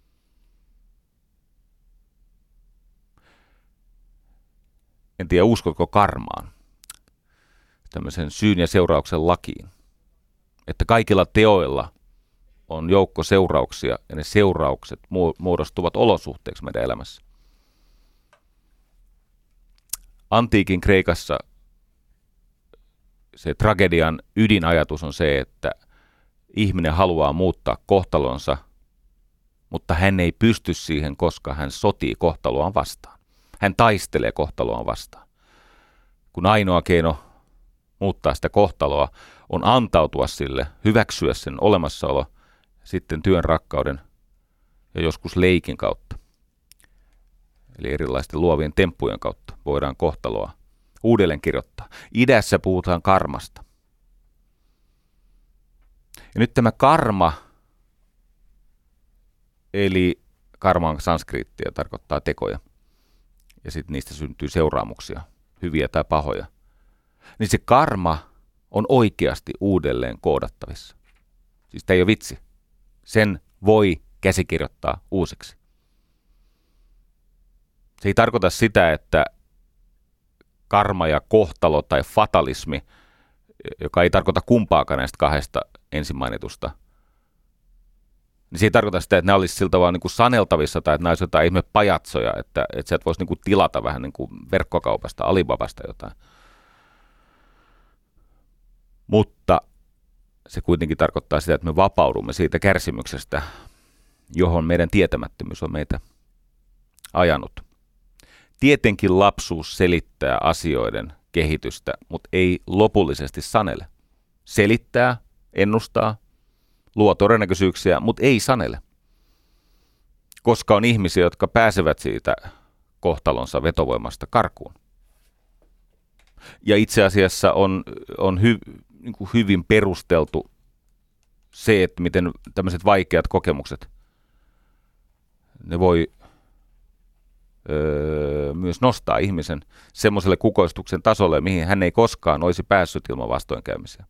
En tiedä, uskotko karmaan, tämmöisen syyn ja seurauksen lakiin, että kaikilla teoilla on joukko seurauksia ja ne seuraukset muodostuvat olosuhteeksi meidän elämässä. Antiikin Kreikassa se tragedian ydinajatus on se, että ihminen haluaa muuttaa kohtalonsa, mutta hän ei pysty siihen, koska hän sotii kohtaloaan vastaan. Hän taistelee kohtaloaan vastaan. Kun ainoa keino muuttaa sitä kohtaloa on antautua sille, hyväksyä sen olemassaolo, sitten työn, rakkauden ja joskus leikin kautta. Eli erilaisten luovien temppujen kautta voidaan kohtaloa uudelleen kirjoittaa. Idässä puhutaan karmasta. Ja nyt tämä karma, eli karma on sanskriittiä, tarkoittaa tekoja. Ja sitten niistä syntyy seuraamuksia, hyviä tai pahoja. Niin se karma on oikeasti uudelleen koodattavissa. Siis tämä ei ole vitsi. Sen voi käsikirjoittaa uusiksi. Se ei tarkoita sitä, että karma ja kohtalo tai fatalismi, joka ei tarkoita kumpaakaan näistä kahdesta ensin mainitusta, niin se ei tarkoita sitä, että nämä olisi siltä vaan niin kuin saneltavissa tai että nämä olisi jotain ihme pajatsoja, että, että sä et voisi niin kuin tilata vähän niin kuin verkkokaupasta, Alibabasta jotain. Mutta se kuitenkin tarkoittaa sitä, että me vapaudumme siitä kärsimyksestä, johon meidän tietämättömyys on meitä ajanut. Tietenkin lapsuus selittää asioiden kehitystä, mutta ei lopullisesti sanele. Selittää, ennustaa, luo todennäköisyyksiä, mutta ei sanele. Koska on ihmisiä, jotka pääsevät siitä kohtalonsa vetovoimasta karkuun. Ja itse asiassa on, on hy, niin kuin hyvin perusteltu se, että miten tämmöiset vaikeat kokemukset, ne voi öö, myös nostaa ihmisen semmoiselle kukoistuksen tasolle, mihin hän ei koskaan olisi päässyt ilman vastoinkäymisiä.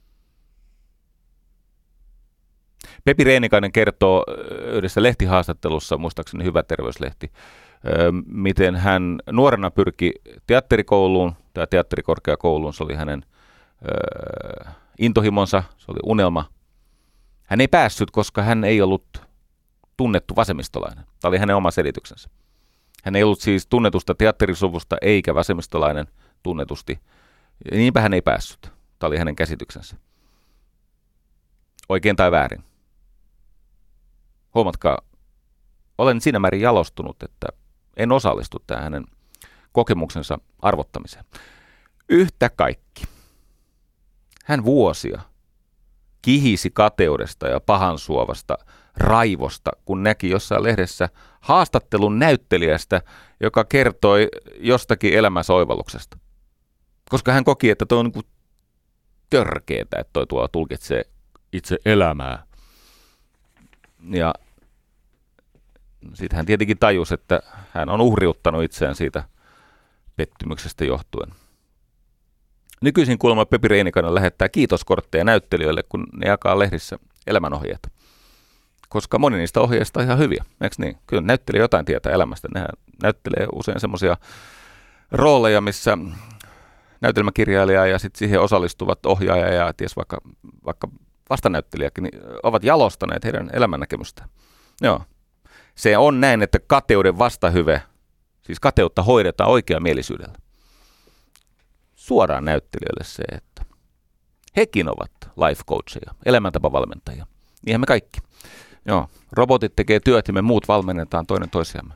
Pepi Reenikainen kertoo yhdessä lehtihaastattelussa, muistaakseni Hyvä terveyslehti, miten hän nuorena pyrki teatterikouluun, tai teatterikorkeakouluun, se oli hänen ö, intohimonsa, se oli unelma. Hän ei päässyt, koska hän ei ollut tunnettu vasemmistolainen. Tämä oli hänen oma selityksensä. Hän ei ollut siis tunnetusta teatterisuvusta eikä vasemmistolainen tunnetusti. Ja niinpä hän ei päässyt. Tämä oli hänen käsityksensä. Oikein tai väärin. Huomatkaa, olen siinä määrin jalostunut, että en osallistu tähän hänen kokemuksensa arvottamiseen. Yhtä kaikki. Hän vuosia kihisi kateudesta ja pahansuovasta raivosta, kun näki jossain lehdessä haastattelun näyttelijästä, joka kertoi jostakin elämäsoivalluksesta. Koska hän koki, että toi on niin kuin törkeetä, että toi tuolla tulkitsee itse elämää. Ja sitten hän tietenkin tajusi, että hän on uhriuttanut itseään siitä pettymyksestä johtuen. Nykyisin kuulemma Pepi Reenikainen lähettää kiitoskortteja näyttelijöille, kun ne jakaa lehdissä elämänohjeita. Koska moni niistä ohjeista on ihan hyviä, eikö niin? Kyllä näyttelijä jotain tietää elämästä. Nehän näyttelee usein semmoisia rooleja, missä näytelmäkirjailija ja sitten siihen osallistuvat ohjaaja ja ties vaikka, vaikka vastanäyttelijäkin niin ovat jalostaneet heidän elämännäkemystään. Joo. Se on näin, että kateuden vastahyve, siis kateutta hoidetaan oikeamielisyydellä. Suoraan näyttelijöille se, että hekin ovat life coacheja, elämäntapavalmentajia. Niinhän me kaikki. Joo, robotit tekee työt ja me muut valmennetaan toinen toisiamme.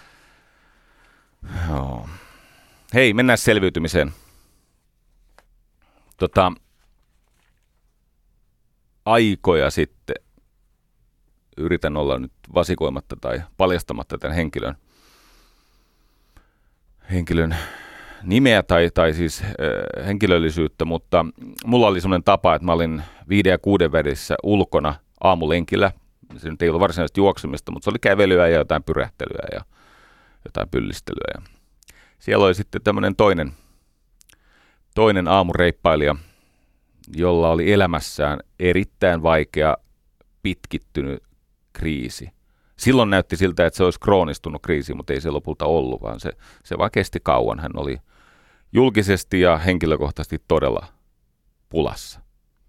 Joo. Hei, mennään selviytymiseen. Tota, aikoja sitten, yritän olla nyt vasikoimatta tai paljastamatta tämän henkilön, henkilön nimeä tai, tai siis äh, henkilöllisyyttä, mutta mulla oli semmoinen tapa, että mä olin viiden ja kuuden välissä ulkona aamulenkillä. Se nyt ei ollut varsinaisesti juoksemista, mutta se oli kävelyä ja jotain pyrähtelyä ja jotain pyllistelyä. Ja siellä oli sitten tämmöinen toinen, toinen aamureippailija, jolla oli elämässään erittäin vaikea pitkittynyt kriisi. Silloin näytti siltä, että se olisi kroonistunut kriisi, mutta ei se lopulta ollut, vaan se, se vaan kesti kauan. Hän oli julkisesti ja henkilökohtaisesti todella pulassa.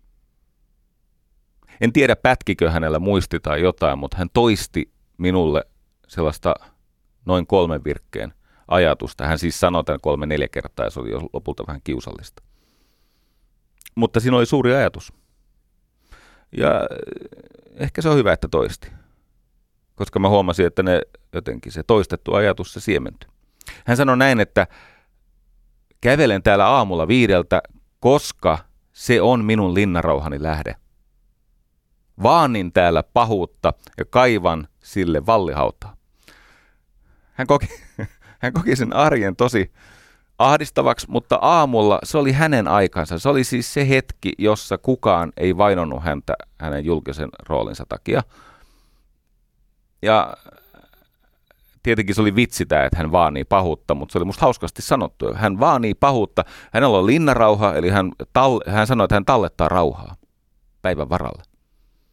En tiedä, pätkikö hänellä muisti tai jotain, mutta hän toisti minulle sellaista noin kolmen virkkeen ajatusta. Hän siis sanoi tämän kolme neljä kertaa ja se oli jo lopulta vähän kiusallista. Mutta siinä oli suuri ajatus. Ja ehkä se on hyvä, että toisti. Koska mä huomasin, että ne jotenkin se toistettu ajatus, se siementyi. Hän sanoi näin, että kävelen täällä aamulla viideltä, koska se on minun linnarauhani lähde. Vaanin täällä pahuutta ja kaivan sille vallihautaa. Hän koki, hän koki sen arjen tosi ahdistavaksi, mutta aamulla se oli hänen aikansa. Se oli siis se hetki, jossa kukaan ei vainonnut häntä hänen julkisen roolinsa takia. Ja tietenkin se oli vitsi tämä, että hän vaanii pahuutta, mutta se oli musta hauskasti sanottu. Hän vaanii pahuutta, hänellä on linnarauha, eli hän, tall- hän sanoi, että hän tallettaa rauhaa päivän varalle.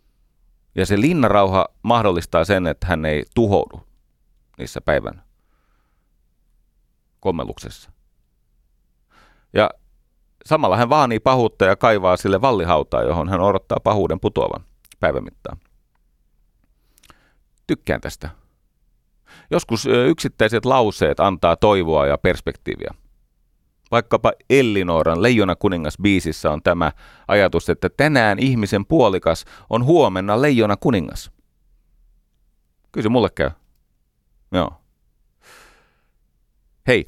Ja se linnarauha mahdollistaa sen, että hän ei tuhoudu niissä päivän kommelluksessa. Ja samalla hän vaanii pahuutta ja kaivaa sille vallihautaa, johon hän odottaa pahuuden putoavan päivän mittaan. Tykkään tästä. Joskus yksittäiset lauseet antaa toivoa ja perspektiiviä. Vaikkapa Ellinoran Leijona kuningas -biisissä on tämä ajatus, että tänään ihmisen puolikas on huomenna leijona kuningas. Kyllä se mulle käy. Joo. Hei.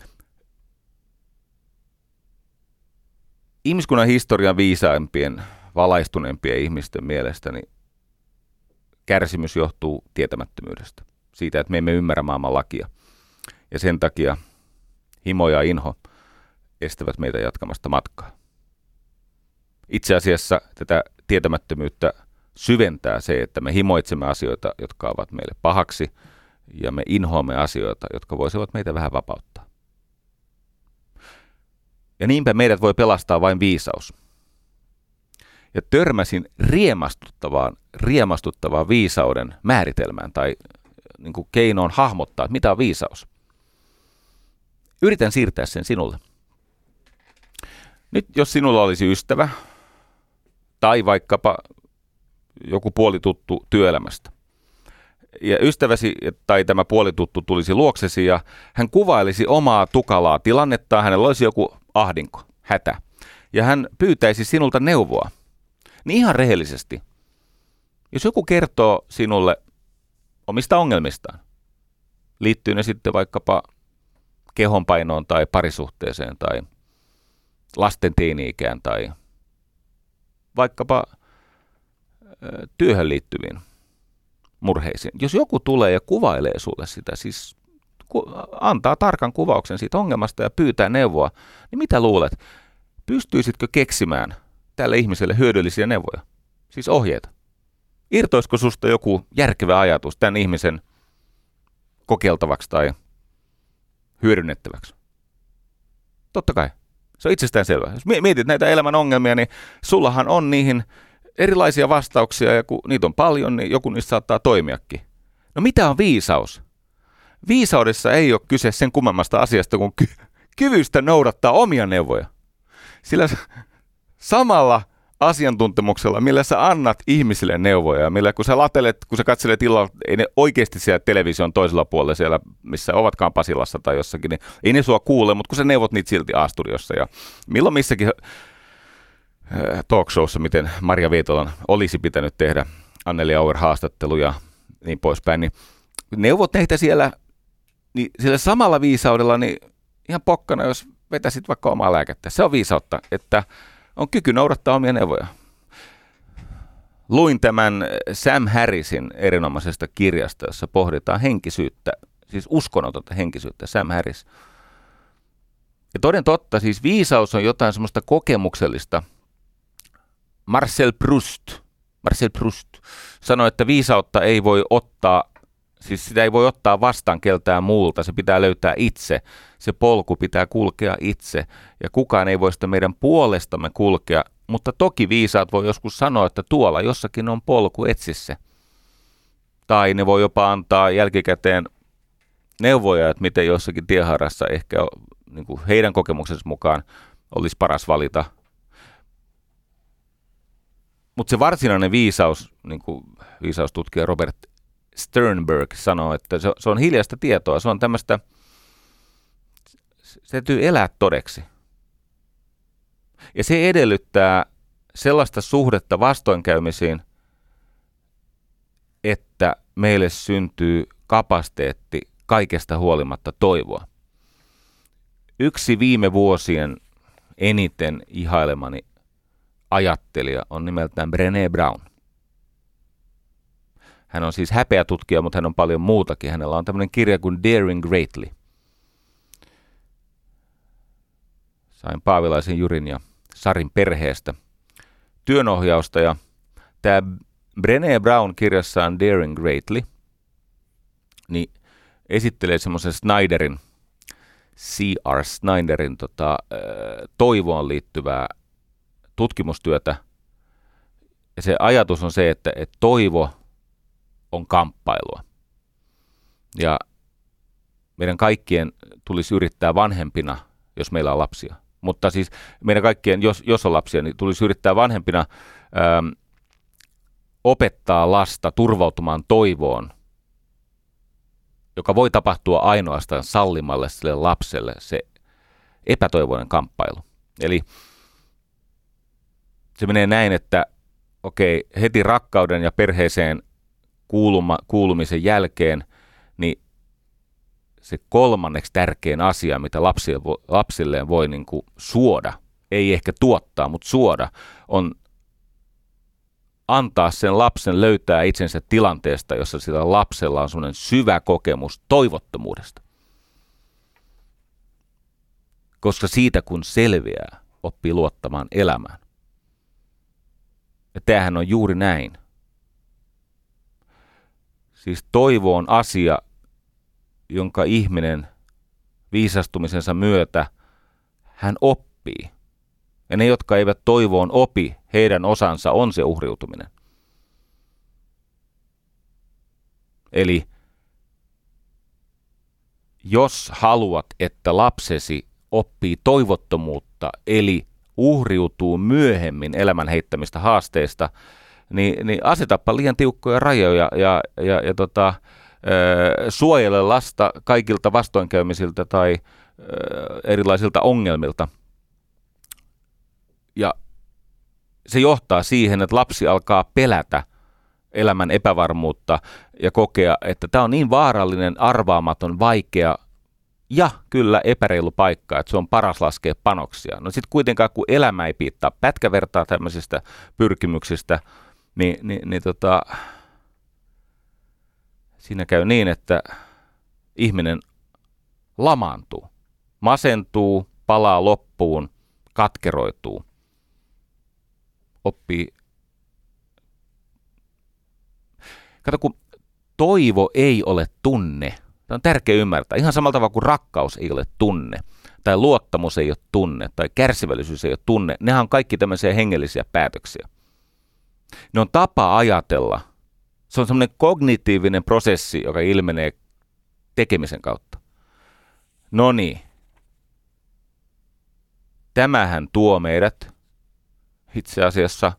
Ihmiskunnan historian viisaimpien, valaistuneempien ihmisten mielestä niin kärsimys johtuu tietämättömyydestä. Siitä, että me emme ymmärrä maailman lakia. Ja sen takia himo ja inho estävät meitä jatkamasta matkaa. Itse asiassa tätä tietämättömyyttä syventää se, että me himoitsemme asioita, jotka ovat meille pahaksi, ja me inhoamme asioita, jotka voisivat meitä vähän vapauttaa. Ja niinpä meidät voi pelastaa vain viisaus. Ja törmäsin riemastuttavaan, riemastuttavaan viisauden määritelmään tai niin kuin keinoon hahmottaa, että mitä on viisaus. Yritän siirtää sen sinulle. Nyt jos sinulla olisi ystävä tai vaikkapa joku puolituttu työelämästä, ja ystäväsi tai tämä puolituttu tulisi luoksesi ja hän kuvailisi omaa tukalaa tilannettaan, hänellä olisi joku ahdinko, hätä, ja hän pyytäisi sinulta neuvoa, niin ihan rehellisesti. Jos joku kertoo sinulle omista ongelmistaan, liittyy ne sitten vaikkapa kehonpainoon tai parisuhteeseen tai lasten teini-ikään tai vaikkapa työhön liittyviin murheisiin. Jos joku tulee ja kuvailee sulle sitä, siis antaa tarkan kuvauksen siitä ongelmasta ja pyytää neuvoa, niin mitä luulet? Pystyisitkö keksimään tälle ihmiselle hyödyllisiä neuvoja? Siis ohjeita. Irtoisiko susta joku järkevä ajatus tämän ihmisen kokeiltavaksi tai hyödynnettäväksi? Totta kai. Se on itsestään selvä. Jos mietit näitä elämän ongelmia, niin sullahan on niihin erilaisia vastauksia, ja kun niitä on paljon, niin joku niistä saattaa toimiakin. No mitä on viisaus? Viisaudessa ei ole kyse sen kummemmasta asiasta kuin ky- kyvystä noudattaa omia neuvoja. Sillä samalla asiantuntemuksella, millä sä annat ihmisille neuvoja, ja millä kun sä latelet, kun sä katselet illalla, ei ne oikeasti siellä television toisella puolella siellä, missä ovatkaan Pasilassa tai jossakin, niin ei ne sua kuule, mutta kun sä neuvot niitä silti A-studiossa, ja milloin missäkin talk showssa, miten Maria Viitolan olisi pitänyt tehdä Anneli Auer-haastattelu ja niin poispäin, niin neuvot neitä siellä, niin sillä samalla viisaudella, niin ihan pokkana, jos vetäisit vaikka omaa lääkettä. Se on viisautta, että on kyky noudattaa omia neuvoja. Luin tämän Sam Harrisin erinomaisesta kirjasta, jossa pohditaan henkisyyttä, siis uskonnotonta henkisyyttä, Sam Harris. Ja toden totta, siis viisaus on jotain semmoista kokemuksellista. Marcel Proust, Marcel Proust sanoi, että viisautta ei voi ottaa, siis sitä ei voi ottaa vastaan keltään muulta, se pitää löytää itse, se polku pitää kulkea itse, ja kukaan ei voi sitä meidän puolestamme kulkea, mutta toki viisaat voi joskus sanoa, että tuolla jossakin on polku, etsi se. Tai ne voi jopa antaa jälkikäteen neuvoja, että miten jossakin tiehaarassa ehkä niin kuin heidän kokemuksensa mukaan olisi paras valita. Mutta se varsinainen viisaus, niin kuin viisaustutkija Robert Sternberg sanoo, että se, se on hiljaista tietoa, se on tämmöistä, se täytyy elää todeksi. Ja se edellyttää sellaista suhdetta vastoinkäymisiin, että meille syntyy kapasiteetti kaikesta huolimatta toivoa. Yksi viime vuosien eniten ihailemani ajattelija on nimeltään Brené Brown. Hän on siis häpeätutkija, mutta hän on paljon muutakin. Hänellä on tämmöinen kirja kuin Daring Greatly. Sain Paavilaisen Jurin ja Sarin perheestä työnohjausta, ja tämä Brené Brown kirjassaan Daring Greatly niin esittelee semmoisen Snyderin, C R Snyderin tota, toivoon liittyvää tutkimustyötä. Ja se ajatus on se, että, että toivo on kamppailua. Ja meidän kaikkien tulisi yrittää vanhempina, jos meillä on lapsia. Mutta siis meidän kaikkien, jos, jos on lapsia, niin tulisi yrittää vanhempina ähm, opettaa lasta turvautumaan toivoon, joka voi tapahtua ainoastaan sallimalle sille lapselle se epätoivoinen kamppailu. Eli se menee näin, että okei, heti rakkauden ja perheeseen kuuluma, kuulumisen jälkeen, niin se kolmanneksi tärkein asia, mitä lapsille, lapsilleen voi niin kuin suoda, ei ehkä tuottaa, mutta suoda, on antaa sen lapsen löytää itsensä tilanteesta, jossa sillä lapsella on semmoinen syvä kokemus toivottomuudesta. Koska siitä kun selviää, oppii luottamaan elämään. Ja tämähän on juuri näin. Siis toivo on asia, jonka ihminen viisastumisensa myötä hän oppii. Ja ne, jotka eivät toivoon opi, heidän osansa on se uhriutuminen. Eli jos haluat, että lapsesi oppii toivottomuutta, eli uhriutuu myöhemmin elämän heittämistä haasteista, niin, niin asetapa liian tiukkoja rajoja ja, ja, ja tota, ö, suojele lasta kaikilta vastoinkäymisiltä tai ö, erilaisilta ongelmilta. Ja se johtaa siihen, että lapsi alkaa pelätä elämän epävarmuutta ja kokea, että tämä on niin vaarallinen, arvaamaton, vaikea ja kyllä epäreilu paikka, että se on paras laskea panoksia. No sitten kuitenkaan, kun elämä ei piittaa pätkävertaa tämmöisistä pyrkimyksistä, niin, niin, niin tota, siinä käy niin, että ihminen lamaantuu, masentuu, palaa loppuun, katkeroituu, oppii. Kato, kun toivo ei ole tunne. Tämä on tärkeä ymmärtää. Ihan samalla tavalla kuin rakkaus ei ole tunne, tai luottamus ei ole tunne, tai kärsivällisyys ei ole tunne. Nehän on kaikki tämmöisiä hengellisiä päätöksiä. Ne on tapa ajatella. Se on semmoinen kognitiivinen prosessi, joka ilmenee tekemisen kautta. No niin. Tämähän tuo meidät itse asiassa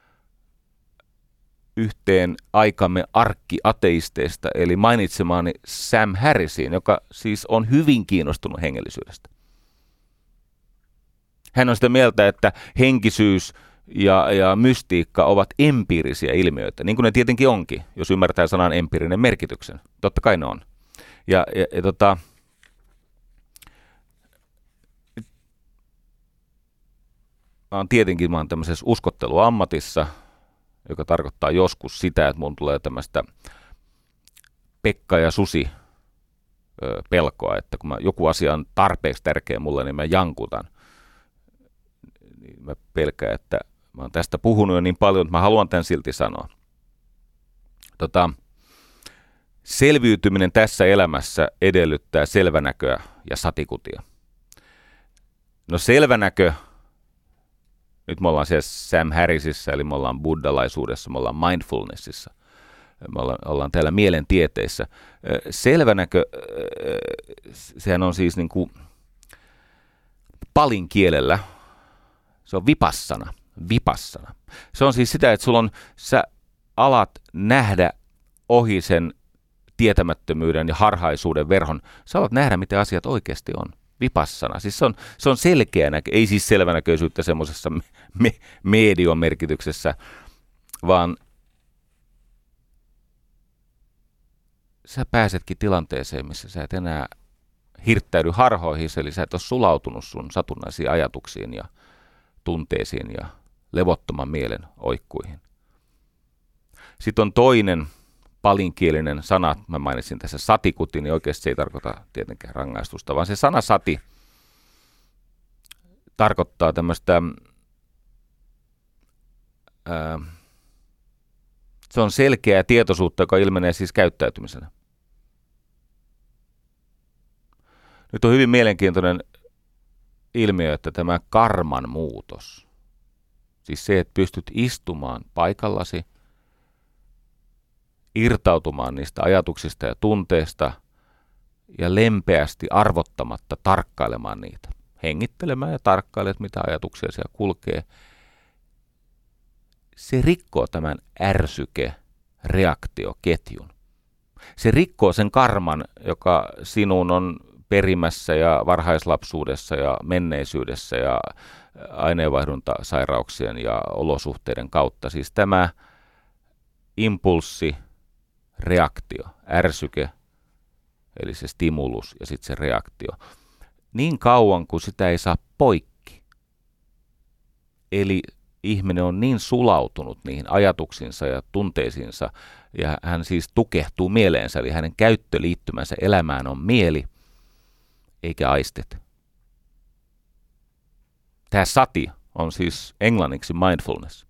yhteen aikamme arkkiateisteista, eli mainitsemaani Sam Harrisiin, joka siis on hyvin kiinnostunut hengellisyydestä. Hän on sitä mieltä, että henkisyys ja, ja mystiikka ovat empiirisiä ilmiöitä, niin kuin ne tietenkin onkin, jos ymmärtää sanan empiirinen merkityksen. Totta kai ne on. Ja, ja, ja tota, mä oon tietenkin mä oon tämmöisessä uskotteluammatissa, joka tarkoittaa joskus sitä, että mun tulee tämmöistä Pekka ja Susi ö, pelkoa, että kun mä, joku asia on tarpeeksi tärkeä mulle, niin mä jankutan. Niin mä pelkään, että mä oon tästä puhunut jo niin paljon, että mä haluan tämän silti sanoa. Tota, selviytyminen tässä elämässä edellyttää selvänäköä ja satikutia. No selvänäkö, nyt me ollaan siellä Sam Harrisissa, eli me ollaan buddhalaisuudessa, me ollaan mindfulnessissa, me ollaan, ollaan täällä mielentieteissä. Selvänäkö, sehän on siis niin kuin palin kielellä, se on vipassana, vipassana. Se on siis sitä, että sulla on, sä alat nähdä ohi sen tietämättömyyden ja harhaisuuden verhon. Sä alat nähdä, miten asiat oikeasti on. Vipassana. Siis se on, se on selkeä näkö, ei siis selvänäköisyyttä semmoisessa me, median merkityksessä, vaan sä pääsetkin tilanteeseen, missä sä et enää hirttäydy harhoihin, eli sä et ole sulautunut sun satunnaisiin ajatuksiin ja tunteisiin ja levottoman mielen oikkuihin. Sitten on toinen palinkielinen sana, mä mainitsin tässä satikuti, niin oikeasti se ei tarkoita tietenkään rangaistusta, vaan se sana sati tarkoittaa tämmöistä, ää, se on selkeää tietoisuutta, joka ilmenee siis käyttäytymisenä. Nyt on hyvin mielenkiintoinen ilmiö, että tämä karman muutos, siis se, että pystyt istumaan paikallasi, irtautumaan niistä ajatuksista ja tunteista ja lempeästi arvottamatta tarkkailemaan niitä. Hengittelemään ja tarkkailemaan, mitä ajatuksia siellä kulkee. Se rikkoo tämän ärsyke-reaktioketjun. Se rikkoo sen karman, joka sinun on perimässä ja varhaislapsuudessa ja menneisyydessä ja aineenvaihduntasairauksien ja olosuhteiden kautta. Siis tämä impulssi, reaktio, ärsyke, eli se stimulus ja sitten se reaktio. Niin kauan kuin sitä ei saa poikki. Eli ihminen on niin sulautunut niihin ajatuksiinsa ja tunteisiinsa, ja hän siis tukehtuu mieleensä, eli hänen käyttöliittymänsä elämään on mieli, eikä aistit. Tämä sati on siis englanniksi mindfulness.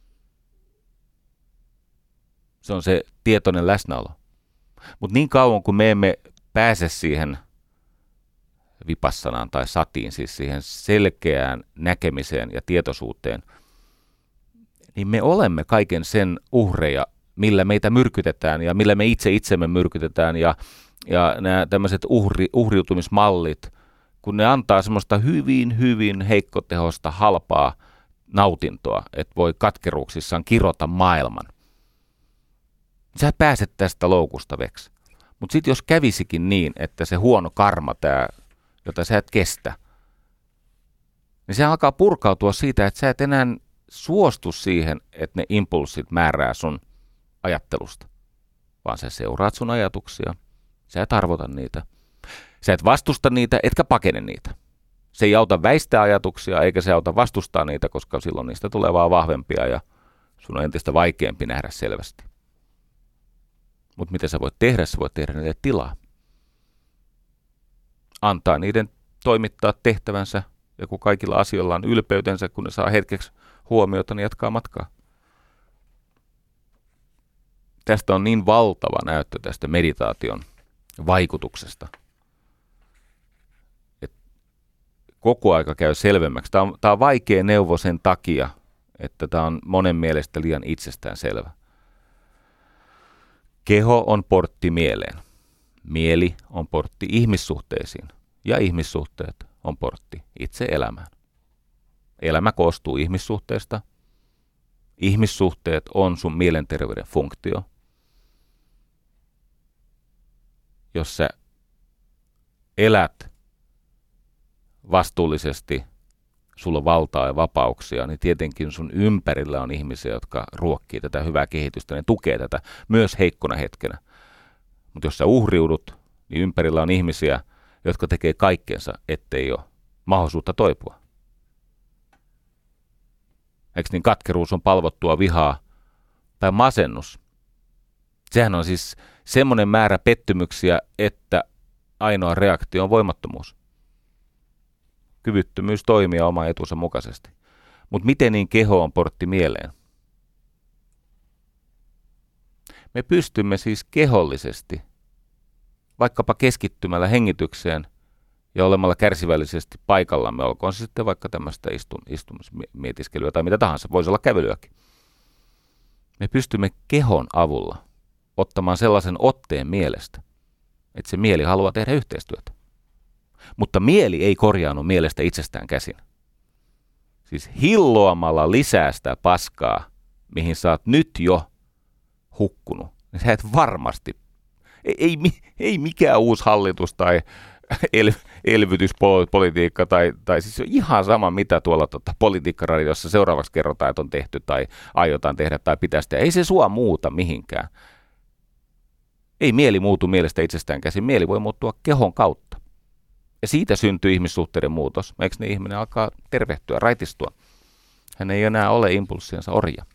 Se on se tietoinen läsnäolo. Mutta niin kauan kuin me emme pääse siihen vipassanaan tai satiin, siis siihen selkeään näkemiseen ja tietoisuuteen, niin me olemme kaiken sen uhreja, millä meitä myrkytetään ja millä me itse itsemme myrkytetään. Ja, ja nämä tämmöiset uhri, uhriutumismallit, kun ne antaa semmoista hyvin, hyvin heikkotehosta, halpaa nautintoa, että voi katkeruuksissaan kirota maailman. Sä pääset tästä loukusta veksi. Mutta sitten jos kävisikin niin, että se huono karma, tää, jota sä et kestä, niin se alkaa purkautua siitä, että sä et enää suostu siihen, että ne impulssit määrää sun ajattelusta, vaan sä seuraat sun ajatuksia, sä et arvota niitä, sä et vastusta niitä, etkä pakene niitä. Se ei auta väistää ajatuksia, eikä se auta vastustaa niitä, koska silloin niistä tulee vaan vahvempia ja sun on entistä vaikeampi nähdä selvästi. Mutta mitä sä voit tehdä? Sä voit tehdä niille tilaa. Antaa niiden toimittaa tehtävänsä, ja kun kaikilla asioilla on ylpeytensä, kun ne saa hetkeksi huomiota, niin jatkaa matkaa. Tästä on niin valtava näyttö tästä meditaation vaikutuksesta, että koko aika käy selvemmäksi. Tämä on, tämä on vaikea neuvo sen takia, että tämä on monen mielestä liian itsestään selvä. Keho on portti mieleen. Mieli on portti ihmissuhteisiin. Ja ihmissuhteet on portti itse elämään. Elämä koostuu ihmissuhteista. Ihmissuhteet on sun mielenterveyden funktio. Jos sä elät vastuullisesti, sulla on valtaa ja vapauksia, niin tietenkin sun ympärillä on ihmisiä, jotka ruokkii tätä hyvää kehitystä, ne tukee tätä myös heikkona hetkenä. Mutta jos sä uhriudut, niin ympärillä on ihmisiä, jotka tekee kaikkensa, ettei ole mahdollisuutta toipua. Eikö niin katkeruus on palvottua vihaa tai masennus? Sehän on siis semmoinen määrä pettymyksiä, että ainoa reaktio on voimattomuus. Kyvyttömyys toimia oman etunsa mukaisesti. Mutta miten niin keho on portti mieleen? Me pystymme siis kehollisesti, vaikkapa keskittymällä hengitykseen ja olemalla kärsivällisesti paikallamme, olkoon se sitten vaikka tämmöistä istun, istumismietiskelyä tai mitä tahansa, voisi olla kävelyäkin. Me pystymme kehon avulla ottamaan sellaisen otteen mielestä, että se mieli haluaa tehdä yhteistyötä. Mutta mieli ei korjaannu mielestä itsestään käsin. Siis hilloamalla lisää sitä paskaa, mihin sä oot nyt jo hukkunut, niin sä et varmasti, ei, ei, ei mikään uusi hallitus tai el, elvytyspolitiikka tai, tai siis ihan sama, mitä tuolla tota, politiikkaradiossa seuraavaksi kerrotaan, että on tehty tai aiotaan tehdä tai pitäisi tehdä. Ei se sua muuta mihinkään. Ei mieli muutu mielestä itsestään käsin, mieli voi muuttua kehon kautta. Ja siitä syntyy ihmissuhteiden muutos. Eikö ne ihminen alkaa tervehtyä, raitistua? Hän ei enää ole impulssiensa orja.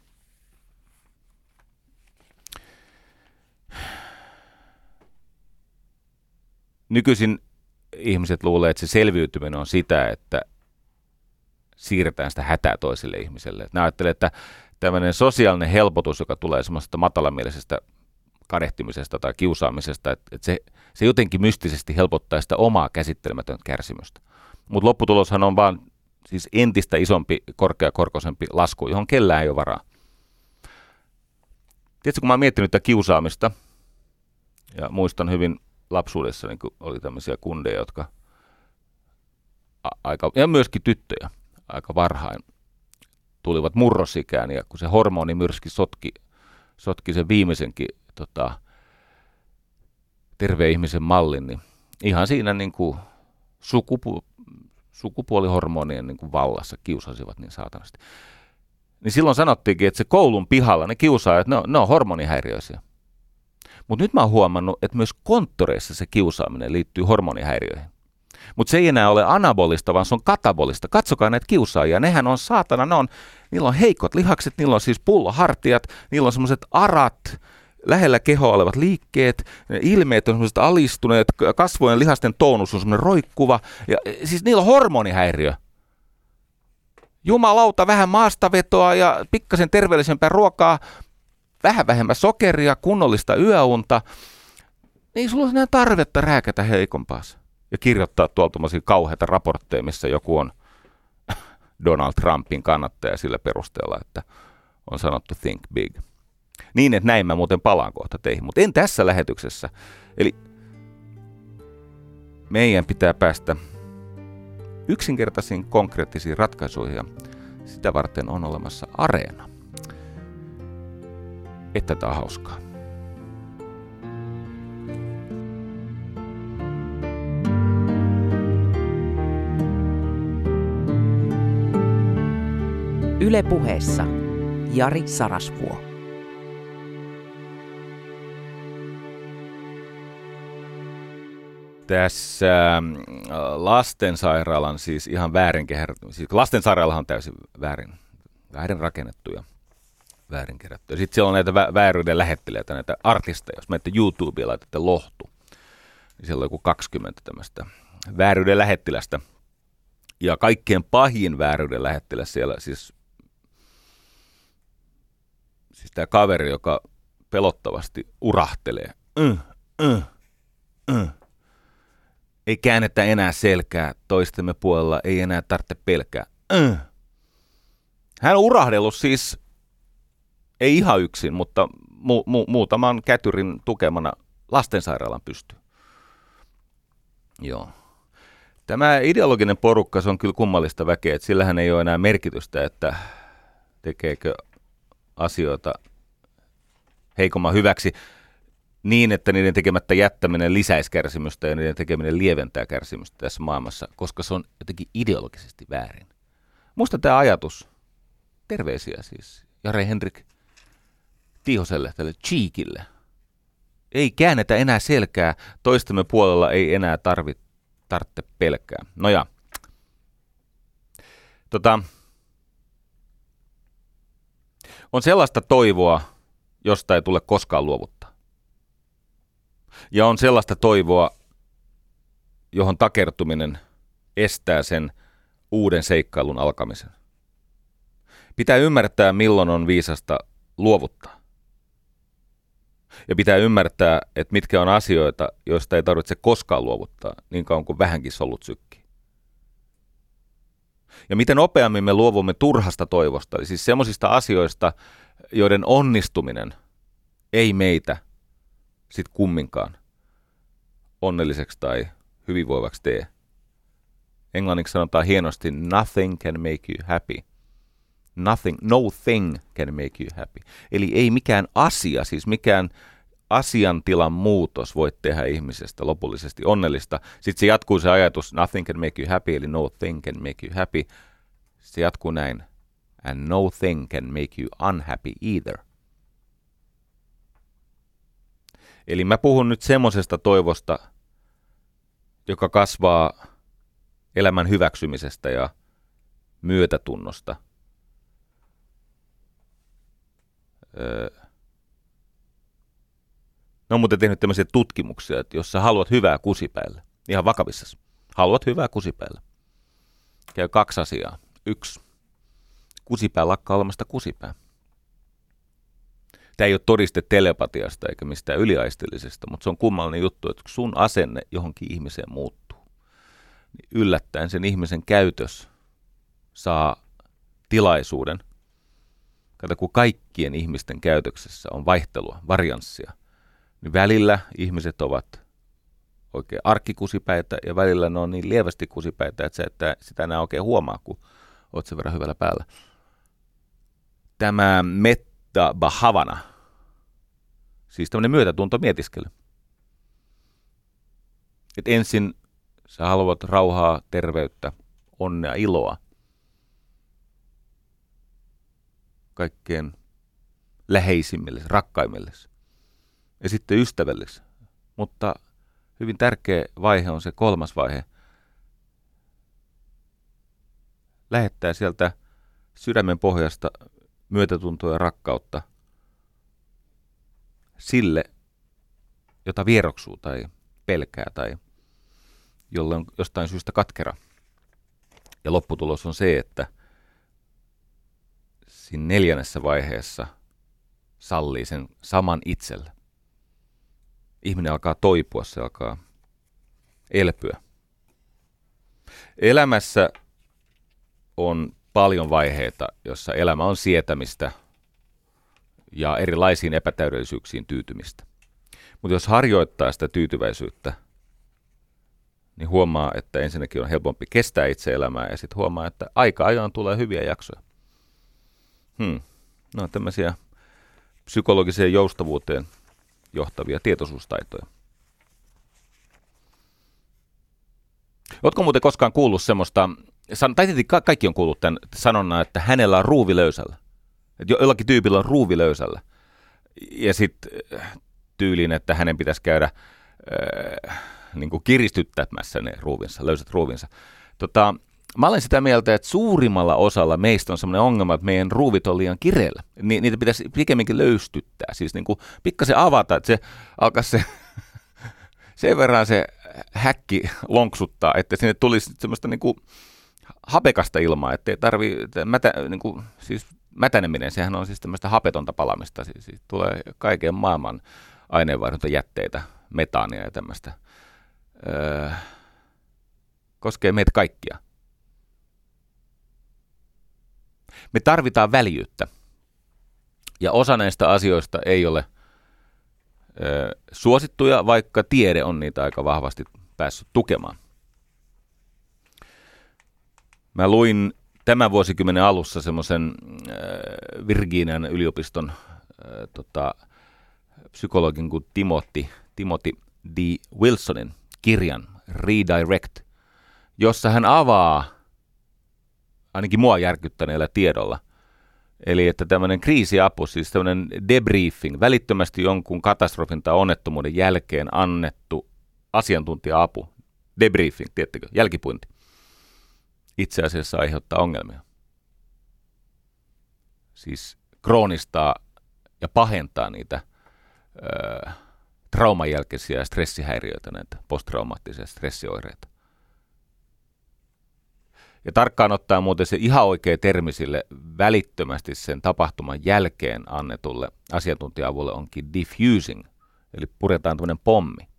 Nykyisin ihmiset luulee, että se selviytyminen on sitä, että siirretään sitä hätää toiselle ihmiselle. Ne ajattelee, että tämmöinen sosiaalinen helpotus, joka tulee semmoisesta matalamielisestä kadehtimisesta tai kiusaamisesta, että se, se jotenkin mystisesti helpottaa sitä omaa käsittelemätöntä kärsimystä. Mutta lopputuloshan on vaan siis entistä isompi, korkeakorkoisempi lasku, johon kellään ei ole varaa. Tiedätkö, kun mä oon miettinyt tätä kiusaamista, ja muistan hyvin lapsuudessa, niin kun oli tämmöisiä kundeja, jotka a- aika, ja myöskin tyttöjä aika varhain tulivat murrosikään, ja kun se hormonimyrsky sotki, sotki sen viimeisenkin tota, terveen ihmisen mallin, niin ihan siinä niin kuin sukupu, sukupuolihormonien niin kuin vallassa kiusasivat niin saatanasti. Niin silloin sanottiinkin, että se koulun pihalla, ne kiusaajat, ne on, ne on hormonihäiriöisiä. Mutta nyt mä oon huomannut, että myös konttoreissa se kiusaaminen liittyy hormonihäiriöihin. Mutta se ei enää ole anabolista, vaan se on katabolista. Katsokaa näitä kiusaajia, nehän on saatana, ne on, niillä on heikot lihakset, niillä on siis pullohartiat, niillä on semmoiset arat, lähellä kehoa olevat liikkeet, ilmeet on semmoiset alistuneet, kasvojen lihasten tonus on semmoinen roikkuva, ja siis niillä on hormonihäiriö. Jumalauta, vähän maastavetoa ja pikkasen terveellisempää ruokaa, vähän vähemmän sokeria, kunnollista yöunta, niin sulla on enää tarvetta rääkätä heikompaas ja kirjoittaa tuolta tommosia kauheita raportteja, missä joku on Donald Trumpin kannattaja sillä perusteella, että on sanottu think big. Niin, että näin mä muuten palaan kohta teihin, mutta en tässä lähetyksessä. Eli meidän pitää päästä yksinkertaisiin konkreettisiin ratkaisuihin ja sitä varten on olemassa Areena. Että tää on hauskaa. Yle Puheessa Jari Sarasvuo. Tässä lastensairaalan siis ihan väärin kerätty. Siis lastensairaalahan on täysin väärin, väärin rakennettu ja väärin kerätty. Ja sitten siellä on näitä vä- vääryyden lähettelijöitä, näitä artisteja. Jos menette YouTubeen ja laitatte Lohtu, niin siellä on joku kaksikymmentä tämmöistä vääryyden lähettilästä. Ja kaikkein pahin vääryyden lähettiläs siellä, siis, siis tämä kaveri, joka pelottavasti urahtelee. Mm, mm, mm. Ei käännetä enää selkää, toistemme puolella ei enää tarvitse pelkää. Mm. Hän on urahdellut siis, ei ihan yksin, mutta mu- mu- muutaman kätyrin tukemana lastensairaalan pystyyn. Joo. Tämä ideologinen porukka, se on kyllä kummallista väkeä, että sillähän ei ole enää merkitystä, että tekeekö asioita heikomman hyväksi niin, että niiden tekemättä jättäminen lisäisi kärsimystä ja niiden tekeminen lieventää kärsimystä tässä maailmassa, koska se on jotenkin ideologisesti väärin. Musta tämä ajatus, terveisiä siis, Jare Henrik Tiihoselle, tälle cheekille. Ei käännetä enää selkää, toistemme puolella ei enää tarvitse tarvitse pelkää. No ja, tota, on sellaista toivoa, josta ei tule koskaan luovuttaa. Ja on sellaista toivoa, johon takertuminen estää sen uuden seikkailun alkamisen. Pitää ymmärtää, milloin on viisasta luovuttaa. Ja pitää ymmärtää, että mitkä on asioita, joista ei tarvitse koskaan luovuttaa, niin kauan kuin vähänkin solut sykkii. Ja miten nopeammin me luovumme turhasta toivosta, eli siis semmoisista asioista, joiden onnistuminen ei meitä sit kumminkaan onnelliseksi tai hyvinvoivaksi tee. Englanniksi sanotaan hienosti, nothing can make you happy. Nothing, no thing can make you happy. Eli ei mikään asia, siis mikään asiantilan muutos voi tehdä ihmisestä lopullisesti onnellista. Sitten se jatkuu se ajatus, nothing can make you happy, eli no thing can make you happy. Se jatkuu näin, and no thing can make you unhappy either. Eli mä puhun nyt semmosesta toivosta, joka kasvaa elämän hyväksymisestä ja myötätunnosta. Öö. Ne on muuten tehnyt tämmöisiä tutkimuksia, että jos sä haluat hyvää kusipäillä, ihan vakavissasi, haluat hyvää kusipäillä, käy kaksi asiaa. Yksi, kusipää lakkaa olemasta kusipää. Tämä ei ole todiste telepatiasta eikä mistään yliaistillisesta, mutta se on kummallinen juttu, että kun sun asenne johonkin ihmiseen muuttuu, niin yllättäen sen ihmisen käytös saa tilaisuuden kato kun kaikkien ihmisten käytöksessä on vaihtelua, varianssia, niin välillä ihmiset ovat oikein arkkikusipäitä ja välillä ne on niin lievästi kusipäitä, että sä et sitä enää oikein huomaa, kun oot sen verran hyvällä päällä. Tämä metta bhavana, siis tämmöinen myötätunto mietiskely. Et ensin sä haluat rauhaa, terveyttä, onnea, iloa. Kaikkein läheisimmille, rakkaimmille. Ja sitten ystävälliksi. Mutta hyvin tärkeä vaihe on se kolmas vaihe. Lähettää sieltä sydämen pohjasta myötätuntoa ja rakkautta sille, jota vieroksuu tai pelkää tai jolle on jostain syystä katkera. Ja lopputulos on se, että siinä neljännessä vaiheessa sallii sen saman itselle. Ihminen alkaa toipua, se alkaa elpyä. Elämässä on paljon vaiheita, jossa elämä on sietämistä ja erilaisiin epätäydellisyyksiin tyytymistä. Mutta jos harjoittaa sitä tyytyväisyyttä, niin huomaa, että ensinnäkin on helpompi kestää itse elämää ja sitten huomaa, että aika ajoin tulee hyviä jaksoja. Hmm. No tämmöisiä psykologiseen joustavuuteen johtavia tietoisuustaitoja. Ootko muuten koskaan kuullut semmoista, tai tietysti kaikki on kuullut tämän sanonnan, että hänellä on ruuvi löysällä. Että jollakin tyypillä on ruuvi löysällä. Ja sitten tyyliin, että hänen pitäisi käydä äh, niin kuin kiristyttämässä ne ruuvinsa, löysät ruuvinsa. Tota, mä olen sitä mieltä, että suurimmalla osalla meistä on semmoinen ongelma, että meidän ruuvit on liian kireellä. Ni, niitä pitäisi pikemminkin löystyttää, siis niin kuin pikkasen avata, että se alkaisi se, sen verran se häkki lonksuttaa, että sinne tulisi semmoista niin kuin hapekasta ilmaa, ettei tarvitse, mätä, niin kuin, siis mätäneminen, sehän on siis tämmöistä hapetonta palamista, siis, siis tulee kaiken maailman aineenvaihduntajätteitä, metaania ja tämmöistä. Öö, koskee meitä kaikkia. Me tarvitaan väljyyttä. Ja osa näistä asioista ei ole ö, suosittuja, vaikka tiede on niitä aika vahvasti päässyt tukemaan. Mä luin tämän vuosikymmenen alussa semmoisen äh, Virginian yliopiston äh, tota, psykologin kuin Timothy, Timothy D. Wilsonin kirjan Redirect, jossa hän avaa ainakin mua järkyttäneellä tiedolla. Eli että tämmöinen kriisiapu, siis tämmöinen debriefing, välittömästi jonkun katastrofin tai onnettomuuden jälkeen annettu asiantuntija-apu, debriefing, tiedättekö, jälkipuinti, itse asiassa aiheuttaa ongelmia. Siis kroonistaa ja pahentaa niitä ö, trauman jälkeisiä stressihäiriöitä, näitä posttraumaattisia stressioireita. Ja tarkkaan ottaa muuten se ihan oikea termi sille välittömästi sen tapahtuman jälkeen annetulle asiantuntija-avulle onkin diffusing, eli puretaan tämmöinen pommi.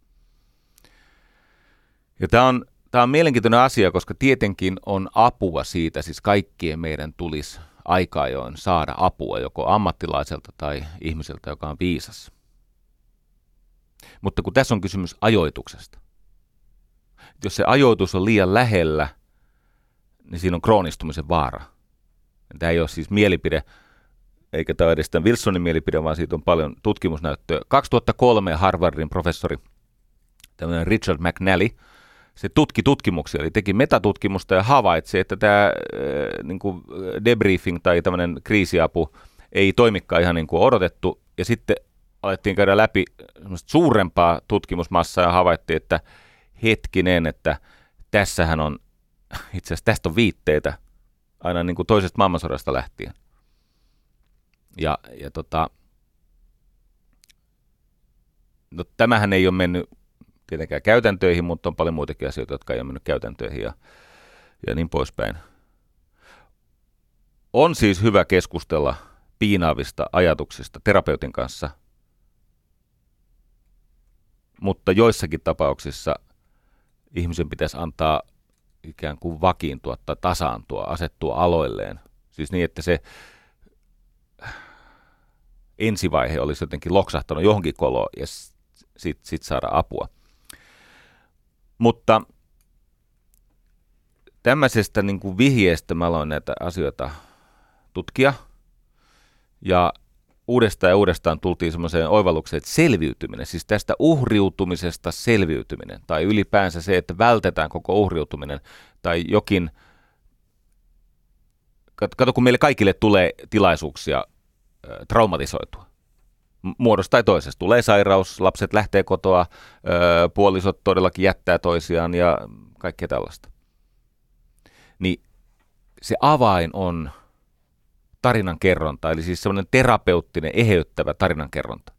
Ja tämä on, tämä on mielenkiintoinen asia, koska tietenkin on apua siitä, siis kaikkien meidän tulisi aika ajoin saada apua joko ammattilaiselta tai ihmiseltä, joka on viisas. Mutta kun tässä on kysymys ajoituksesta. Jos se ajoitus on liian lähellä, niin siinä on kroonistumisen vaara. Tämä ei ole siis mielipide, eikä tämä ole edes tämän Wilsonin mielipide, vaan siitä on paljon tutkimusnäyttöä. kaksituhattakolme Harvardin professori, tämmöinen Richard McNally, se tutki tutkimuksia, eli teki metatutkimusta ja havaitsi, että tämä äh, niin kuin debriefing tai tämmöinen kriisiapu ei toimikaan ihan niin kuin odotettu. Ja sitten alettiin käydä läpi suurempaa tutkimusmassaa ja havaittiin, että hetkinen, että tässähän on, itse asiassa tästä on viitteitä aina niin kuin toisesta maailmansodasta lähtien. Ja, ja tota, no tämähän ei ole mennyt tietenkään käytäntöihin, mutta on paljon muitakin asioita, jotka ei ole mennyt käytäntöihin ja, ja niin poispäin. On siis hyvä keskustella piinaavista ajatuksista terapeutin kanssa, mutta joissakin tapauksissa ihmisen pitäisi antaa ikään kuin vakiintua tai tasaantua, asettua aloilleen. Siis niin, että se ensivaihe olisi jotenkin loksahtanut johonkin koloon ja sitten sit saada apua. Mutta tämmöisestä niin kuin vihjeestä mä aloin näitä asioita tutkia ja uudestaan ja uudestaan tultiin semmoiseen oivallukseen, että selviytyminen, siis tästä uhriutumisesta selviytyminen tai ylipäänsä se, että vältetään koko uhriutuminen tai jokin, kato kun meille kaikille tulee tilaisuuksia traumatisoitua. Muodosta tai toisesta. Tulee sairaus, lapset lähtee kotoa, puolisot todellakin jättää toisiaan ja kaikkea tällaista. Niin se avain on tarinankerronta, eli siis semmoinen terapeuttinen, eheyttävä tarinankerronta.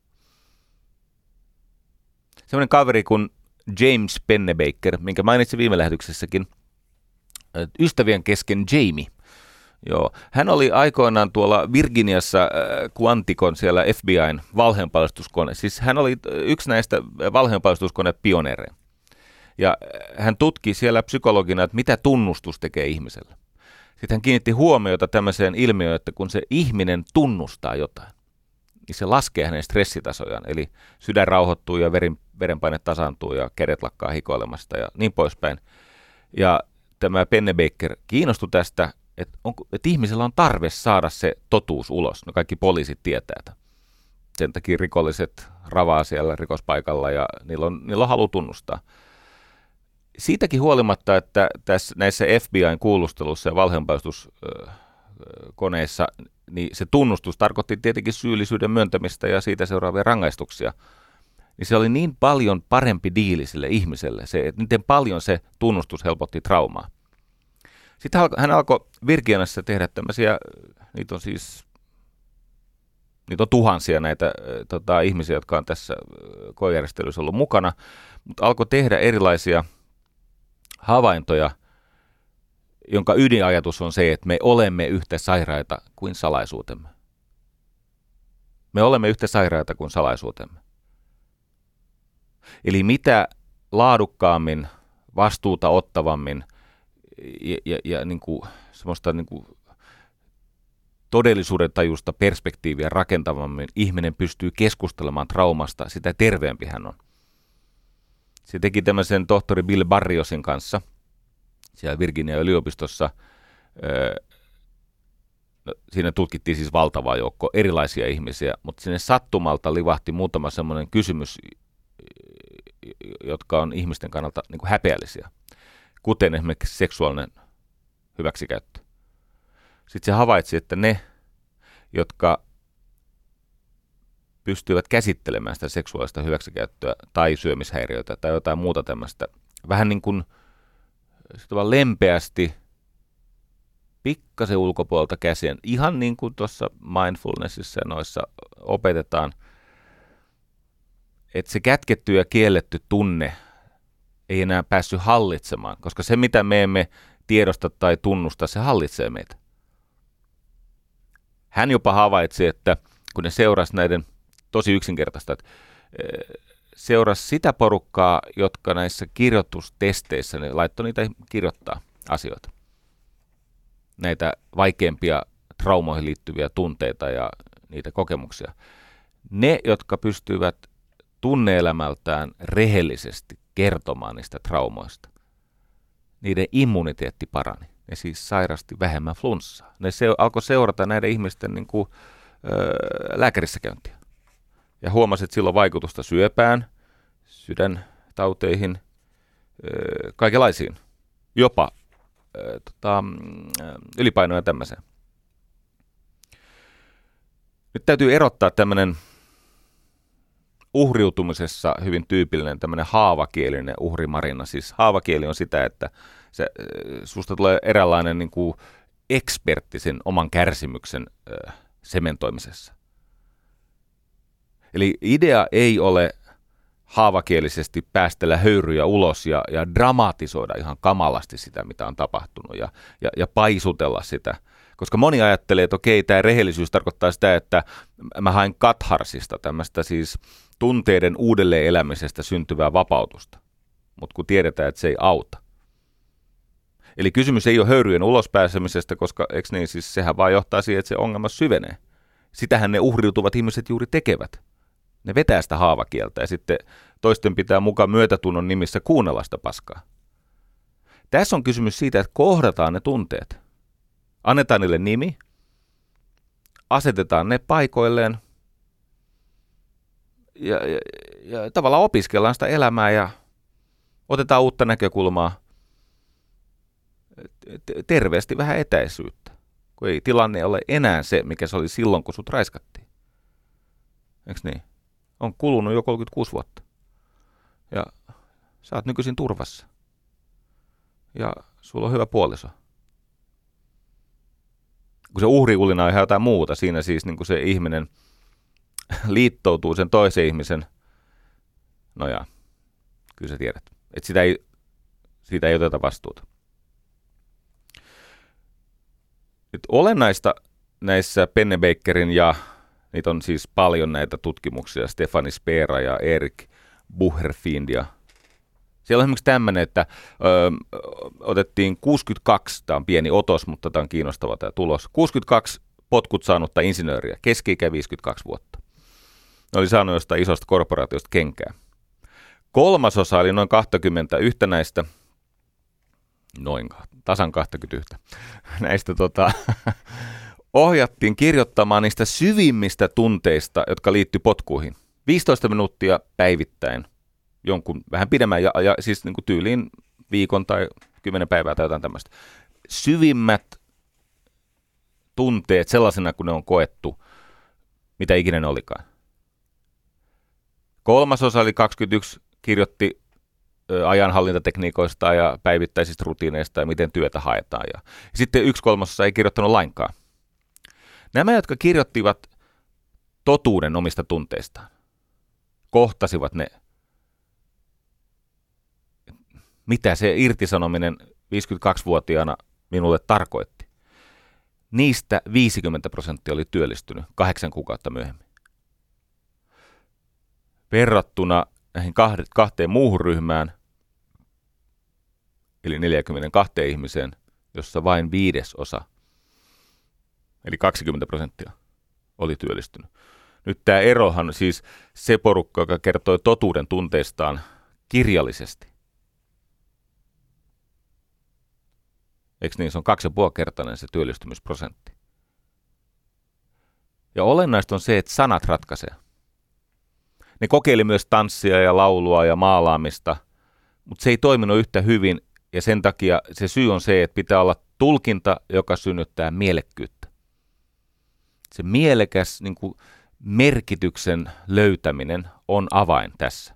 Semmoinen kaveri kuin James Pennebaker, minkä mainitsin viime lähetyksessäkin, ystävien kesken Jamie. Joo. Hän oli aikoinaan tuolla Virginiassa äh, Quanticon siellä F B I:n valheenpaljastuskone. Siis hän oli yksi näistä valheenpaljastuskone-pioneereja. Ja hän tutki siellä psykologina, että mitä tunnustus tekee ihmiselle. Sitten hän kiinnitti huomiota tämmöiseen ilmiöön, että kun se ihminen tunnustaa jotain, niin se laskee hänen stressitasojaan. Eli sydän rauhoittuu ja verin, verenpaine tasaantuu ja kädet lakkaa hikoilemasta ja niin poispäin. Ja tämä Pennebaker kiinnostui tästä, että, onko, että ihmisellä on tarve saada se totuus ulos. No kaikki poliisit tietää tämän. Sen takia rikolliset ravaa siellä rikospaikalla ja niillä on, niillä on halu tunnustaa. Siitäkin huolimatta, että tässä, näissä F B I:n kuulustelussa ja valheenpaljastuskoneissa niin se tunnustus tarkoitti tietenkin syyllisyyden myöntämistä ja siitä seuraavia rangaistuksia. Niin se oli niin paljon parempi diili sille ihmiselle, se, että miten paljon se tunnustus helpotti traumaa. Sitten hän alkoi Virginiassa tehdä tämmöisiä, niitä on siis, niitä on tuhansia näitä tota, ihmisiä, jotka on tässä koejärjestelyssä ollut mukana, mutta alkoi tehdä erilaisia havaintoja, jonka ydinajatus on se, että me olemme yhtä sairaita kuin salaisuutemme. Me olemme yhtä sairaita kuin salaisuutemme. Eli mitä laadukkaammin, vastuuta ottavammin ja, ja, ja niin kuin semmoista niin kuin todellisuuden tajusta perspektiiviä rakentavammin ihminen pystyy keskustelemaan traumasta, sitä terveempi hän on. Se teki tämmöisen tohtori Bill Barriosin kanssa siellä Virginian yliopistossa. No, siinä tutkittiin siis valtava joukko erilaisia ihmisiä, mutta sinne sattumalta livahti muutama semmoinen kysymys, jotka on ihmisten kannalta niin kuin häpeällisiä, kuten esimerkiksi seksuaalinen hyväksikäyttö. Sitten se havaitsi, että ne, jotka pystyivät käsittelemään sitä seksuaalista hyväksikäyttöä tai syömishäiriötä tai jotain muuta tämmöistä, vähän niin kuin lempeästi, pikkasen ulkopuolelta käsien, ihan niin kuin tuossa mindfulnessissa noissa opetetaan, että se kätketty ja kielletty tunne ei enää päässyt hallitsemaan, koska se mitä me emme tiedosta tai tunnusta, se hallitsee meitä. Hän jopa havaitsi, että kun ne seurasi näiden, tosi yksinkertaista, että seurasi sitä porukkaa, jotka näissä kirjoitustesteissä, ne laittoi niitä kirjoittaa asioita. Näitä vaikeampia traumoihin liittyviä tunteita ja niitä kokemuksia. Ne, jotka pystyivät tunne-elämältään rehellisesti kertomaan niistä traumoista, niiden immuniteetti parani. Ne siis sairasti vähemmän flunssaa. Ne se, alkoi seurata näiden ihmisten niin kuin, ö, lääkärissä käyntiä. Ja huomasi, että sillä on vaikutusta syöpään, sydäntauteihin, ö, kaikenlaisiin. Jopa ö, tota, ylipainoa ja tämmöiseen. Nyt täytyy erottaa tämmöinen uhriutumisessa hyvin tyypillinen tämmöinen haavakielinen uhrimarina. Siis haavakieli on sitä, että se, susta tulee eräänlainen niin kuin ekspertti sen oman kärsimyksen ö, sementoimisessa. Eli idea ei ole haavakielisesti päästellä höyryjä ulos ja, ja dramatisoida ihan kamalasti sitä, mitä on tapahtunut ja, ja, ja paisutella sitä. Koska moni ajattelee, että okei, tämä rehellisyys tarkoittaa sitä, että mä haen katharsista, tämmöistä siis tunteiden uudelleen elämisestä syntyvää vapautusta. Mutta kun tiedetään, että se ei auta. Eli kysymys ei ole höyryjen ulospääsemisestä, koska eikö niin, siis sehän vaan johtaa siihen, että se ongelma syvenee. Sitähän ne uhriutuvat ihmiset juuri tekevät. Ne vetää sitä haavakieltä ja sitten toisten pitää mukaan myötätunnon nimissä kuunnella sitä paskaa. Tässä on kysymys siitä, että kohdataan ne tunteet. Annetaan niille nimi, asetetaan ne paikoilleen ja, ja, ja tavallaan opiskellaan sitä elämää ja otetaan uutta näkökulmaa. Terveesti vähän etäisyyttä, kun ei tilanne ole enää se, mikä se oli silloin, kun sut raiskattiin. Eikö niin? On kulunut jo kolmekymmentäkuusi vuotta. Ja sä oot nykyisin turvassa. Ja sulla on hyvä puoliso. Kun se uhriulina on ihan jotain muuta, siinä siis niin kun se ihminen liittoutuu sen toisen ihmisen, no ja, kyllä sä tiedät, että sitä ei, siitä ei oteta vastuuta. Nyt olennaista näissä Pennebakerin ja niitä on siis paljon näitä tutkimuksia, Stefani Spera ja Erik Bucherfind. Ja siellä on esimerkiksi tämmöinen, että ö, otettiin kuusikymmentäkaksi, tämä on pieni otos, mutta tämä on kiinnostava tämä tulos, kuusikymmentäkaksi potkut saanutta insinööriä, keski-ikä viisikymmentäkaksi vuotta. Ne oli saanut jostain isosta korporaatiosta kenkää. Kolmasosa eli noin kaksikymmentä yhtä näistä, noin tasan kaksikymmentäyksi, näistä tota, ohjattiin kirjoittamaan niistä syvimmistä tunteista, jotka liittyy potkuihin. viisitoista minuuttia päivittäin, jonkun vähän pidemmän, ja, ja siis niin kuin tyyliin viikon tai kymmenen päivää tai jotain tämmöistä. Syvimmät tunteet sellaisena, kun ne on koettu, mitä ikinä ne olikaan. Kolmasosa eli kaksikymmentäyksi kirjoitti ajanhallintatekniikoista ja päivittäisistä rutiineista ja miten työtä haetaan. Ja sitten yksi kolmasosa ei kirjoittanut lainkaan. Nämä, jotka kirjoittivat totuuden omista tunteistaan, kohtasivat ne, mitä se irtisanominen viisikymmentäkaksivuotiaana minulle tarkoitti. Niistä viisikymmentä prosenttia oli työllistynyt kahdeksan kuukautta myöhemmin. Verrattuna näihin kahteen muuhun ryhmään, eli neljäkymmentäkaksi ihmiseen, jossa vain viidesosa, eli kaksikymmentä prosenttia, oli työllistynyt. Nyt tämä erohan, siis se porukka, joka kertoi totuuden tunteistaan kirjallisesti. Eikö niin, se on kaksi ja puoli kertainen se työllistymisprosentti. Ja olennaista on se, että sanat ratkaisee. Ne kokeili myös tanssia ja laulua ja maalaamista, mutta se ei toiminut yhtä hyvin ja sen takia se syy on se, että pitää olla tulkinta, joka synnyttää mielekkyyttä. Se mielekäs niin kuin merkityksen löytäminen on avain tässä.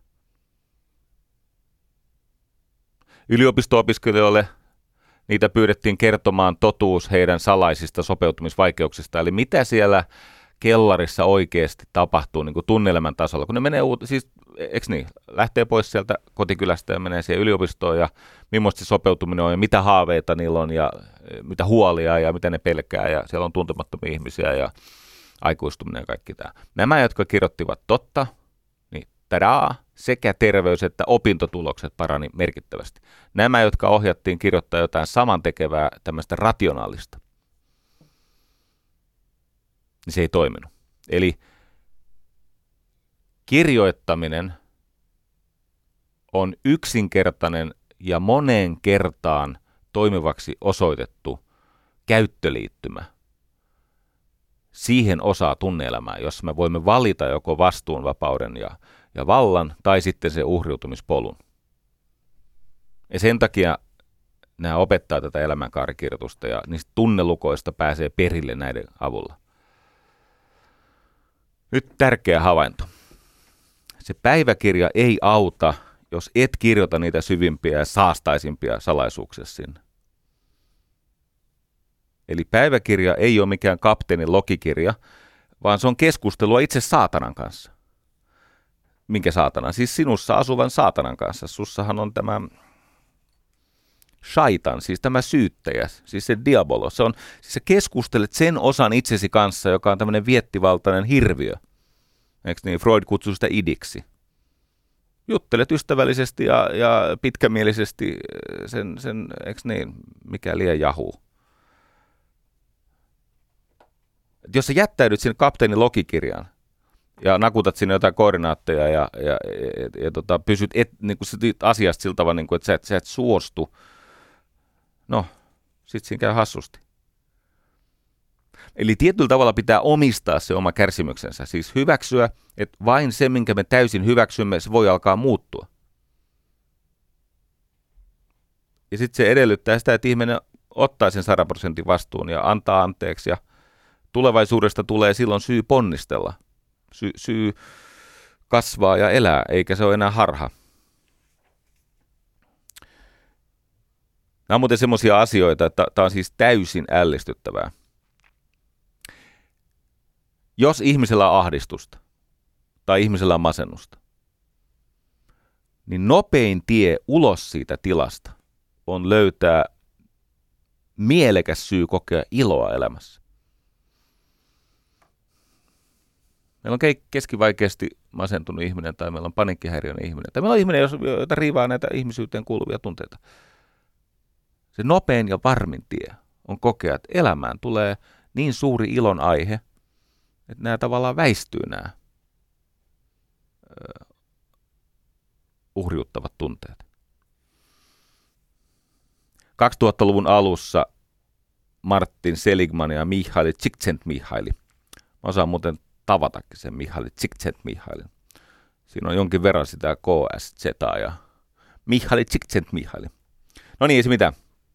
Yliopisto-opiskelijoille niitä pyydettiin kertomaan totuus heidän salaisista sopeutumisvaikeuksista, eli mitä siellä kellarissa oikeasti tapahtuu niin kuin tunneelämän tasolla, kun ne menee, uut- siis eikö niin, lähtee pois sieltä kotikylästä ja menee siihen yliopistoon ja millaista se sopeutuminen on ja mitä haaveita niillä on ja mitä huolia ja mitä ne pelkää ja siellä on tuntemattomia ihmisiä ja aikuistuminen ja kaikki tämä. Nämä, jotka kirjoittivat totta, niin tadaa, sekä terveys että opintotulokset parani merkittävästi. Nämä, jotka ohjattiin kirjoittaa jotain samantekevää tämmöistä rationaalista, niin se ei toiminut. Eli kirjoittaminen on yksinkertainen ja moneen kertaan toimivaksi osoitettu käyttöliittymä siihen osaa tunne-elämää, jossa me voimme valita joko vastuunvapauden ja, ja vallan tai sitten se uhriutumispolun. Ja sen takia nämä opettaa tätä elämänkaarikirjoitusta ja niistä tunnelukoista pääsee perille näiden avulla. Nyt tärkeä havainto. Se päiväkirja ei auta, jos et kirjoita niitä syvimpiä ja saastaisimpia salaisuuksia sinne. Eli päiväkirja ei ole mikään kapteenin logikirja, vaan se on keskustelua itse saatanan kanssa. Minkä saatanan? Siis sinussa asuvan saatanan kanssa. Sussahan on tämä shaitan, siis tämä syyttäjä, siis se diabolo. Se on, siis sä keskustelet sen osan itsesi kanssa, joka on tämmöinen viettivaltainen hirviö. Eikö niin? Freud kutsui sitä idiksi. Juttelet ystävällisesti ja, ja pitkämielisesti sen, sen eikö niin, mikä liian jahuu. Et jos sä jättäydyt sinne kapteenin logikirjaan ja nakutat sinne jotain koordinaatteja ja, ja, ja, ja, ja tota, pysyt et, niin kuin asiasta sillä tavalla, niin kuin, että sä et, sä et suostu, no, sit siinä käy hassusti. Eli tietyllä tavalla pitää omistaa se oma kärsimyksensä, siis hyväksyä, että vain se, minkä me täysin hyväksymme, se voi alkaa muuttua. Ja sitten se edellyttää sitä, että ihminen ottaa sen sata prosentin vastuun ja antaa anteeksi ja tulevaisuudesta tulee silloin syy ponnistella, Sy- syy kasvaa ja elää, eikä se ole enää harha. Nämä on muuten semmoisia asioita, että tämä on siis täysin ällistyttävää. Jos ihmisellä on ahdistusta tai ihmisellä on masennusta, niin nopein tie ulos siitä tilasta on löytää mielekäs syy kokea iloa elämässä. Meillä on keskivaikeasti masentunut ihminen tai meillä on paniikkihäiriöinen ihminen tai meillä on ihminen, jota riivaa näitä ihmisyyteen kuuluvia tunteita. Se nopein ja varmin tie on kokea, että elämään tulee niin suuri ilon aihe, että nämä tavallaan väistyy nämä uhriuttavat tunteet. kaksituhattaluvun alussa Martin Seligman ja Mihaly Csikszentmihalyi. Mä osaan muuten tavatakin sen Mihaly Csikszentmihalyin. Siinä on jonkin verran sitä K S Z ja Mihaly Csikszentmihalyi. No niin, ei se mitään.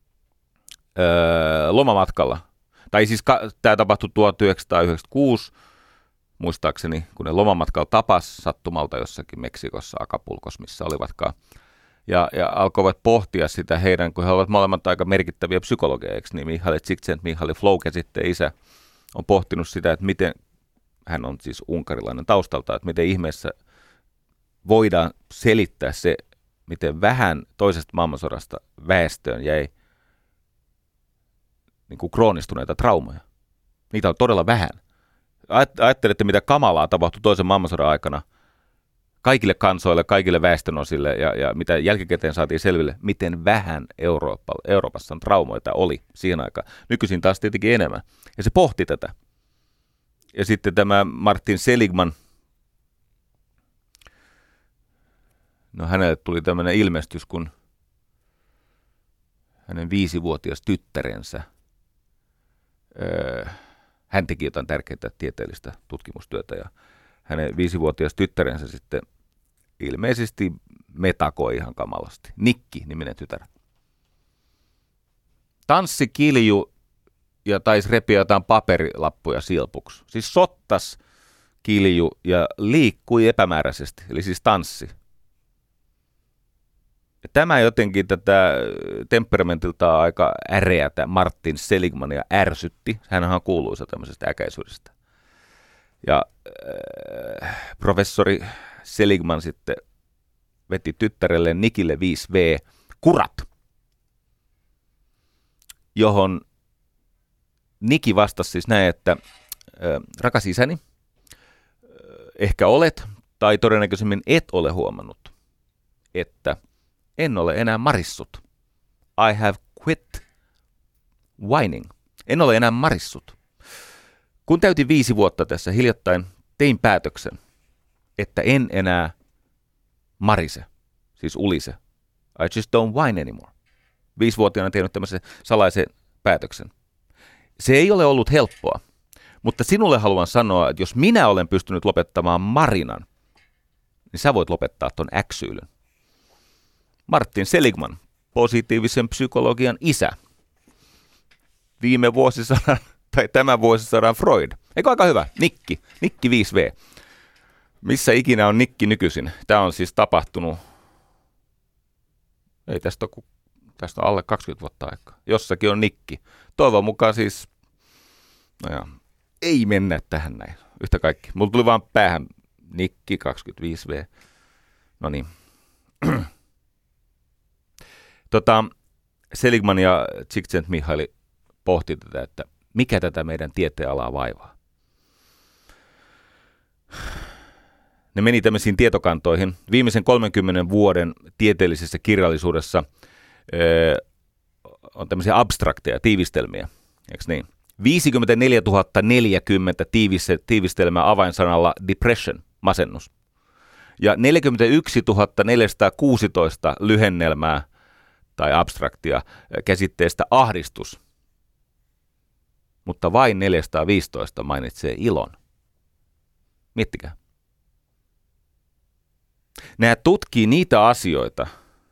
Öö, lomamatkalla. Tai siis ka- tämä tapahtui tuhatyhdeksänsataayhdeksänkymmentäkuusi, muistaakseni, kun ne lomamatkalla tapas sattumalta jossakin Meksikossa, Acapulcos, missä olivatkaan. Ja, ja alkoivat pohtia sitä heidän, kun he ovat molemmat aika merkittäviä psykologeja, eikö niin? Mihaly Csikszentmihalyi, flow-käsitteen isä, on pohtinut sitä, että miten, hän on siis unkarilainen taustalta, että miten ihmeessä voidaan selittää se, miten vähän toisesta maailmansodasta väestöön jäi niin kuin kroonistuneita traumoja. Niitä on todella vähän. Ajattelette, mitä kamalaa tapahtui toisen maailmansodan aikana kaikille kansoille, kaikille väestönosille ja, ja mitä jälkikäteen saatiin selville, miten vähän Eurooppa, Euroopassa on traumoita oli siihen aikaan. Nykyisin taas tietenkin enemmän. Ja se pohti tätä. Ja sitten tämä Martin Seligman, no hänelle tuli tämmöinen ilmestys, kun hänen viisivuotias tyttärensä, öö, hän teki jotain tärkeää tieteellistä tutkimustyötä ja hänen viisivuotias tyttärensä sitten ilmeisesti metakoi ihan kamalasti. Nikki niminen tytär. Tanssi, kilju ja taisi repiä jotain paperilappuja silpuksi. Siis sottas, kilju ja liikkui epämääräisesti, eli siis tanssi. Ja tämä jotenkin tätä temperamentiltaan aika äreätä Martin Seligmania ärsytti. Hänhän on kuuluisa tämmöisestä äkäisyydestä. Ja äh, professori Seligman sitten veti tyttärelle Nikille viisi V kurat, johon Niki vastasi siis näin, että äh, rakas isäni, äh, ehkä olet tai todennäköisemmin et ole huomannut, että en ole enää marissut. I have quit whining. En ole enää marissut. Kun täytin viisi vuotta tässä hiljattain, tein päätöksen, että en enää marise, siis ulise. I just don't whine anymore. Viisivuotiaana tehnyt tämmöisen salaisen päätöksen. Se ei ole ollut helppoa, mutta sinulle haluan sanoa, että jos minä olen pystynyt lopettamaan marinan, niin sä voit lopettaa ton äksyylyn. Martin Seligman, positiivisen psykologian isä. Viime vuosisadan tai tämän vuosisadan Freud. Eikö aika hyvä? Nikki. Nikki viisi V. Missä ikinä on Nikki nykyisin? Tämä on siis tapahtunut, ei tästä ole, tästä on alle kaksikymmentä vuotta aikaa. Jossakin on Nikki. Toivon mukaan siis, no joo, ei mennä tähän näin. Yhtä kaikki. Mulla tuli vaan päähän Nikki kaksikymmentäviisi V. No niin. Tota, Seligman ja Csikszentmihalyi pohti tätä, että mikä tätä meidän tieteenalaa vaivaa. Ne meni tämmöisiin tietokantoihin. Viimeisen kolmenkymmenen vuoden tieteellisessä kirjallisuudessa öö, on tämmöisiä abstrakteja tiivistelmiä, eikö niin? viisikymmentäneljätuhatta neljäkymmentä tiivistelmää avainsanalla depression, masennus. Ja neljäkymmentäyksituhatta neljäsataakuusitoista lyhennelmää tai abstraktia käsitteestä ahdistus. Mutta vain neljäsataaviisitoista mainitsee ilon. Miettikää. Nämä tutkii niitä asioita,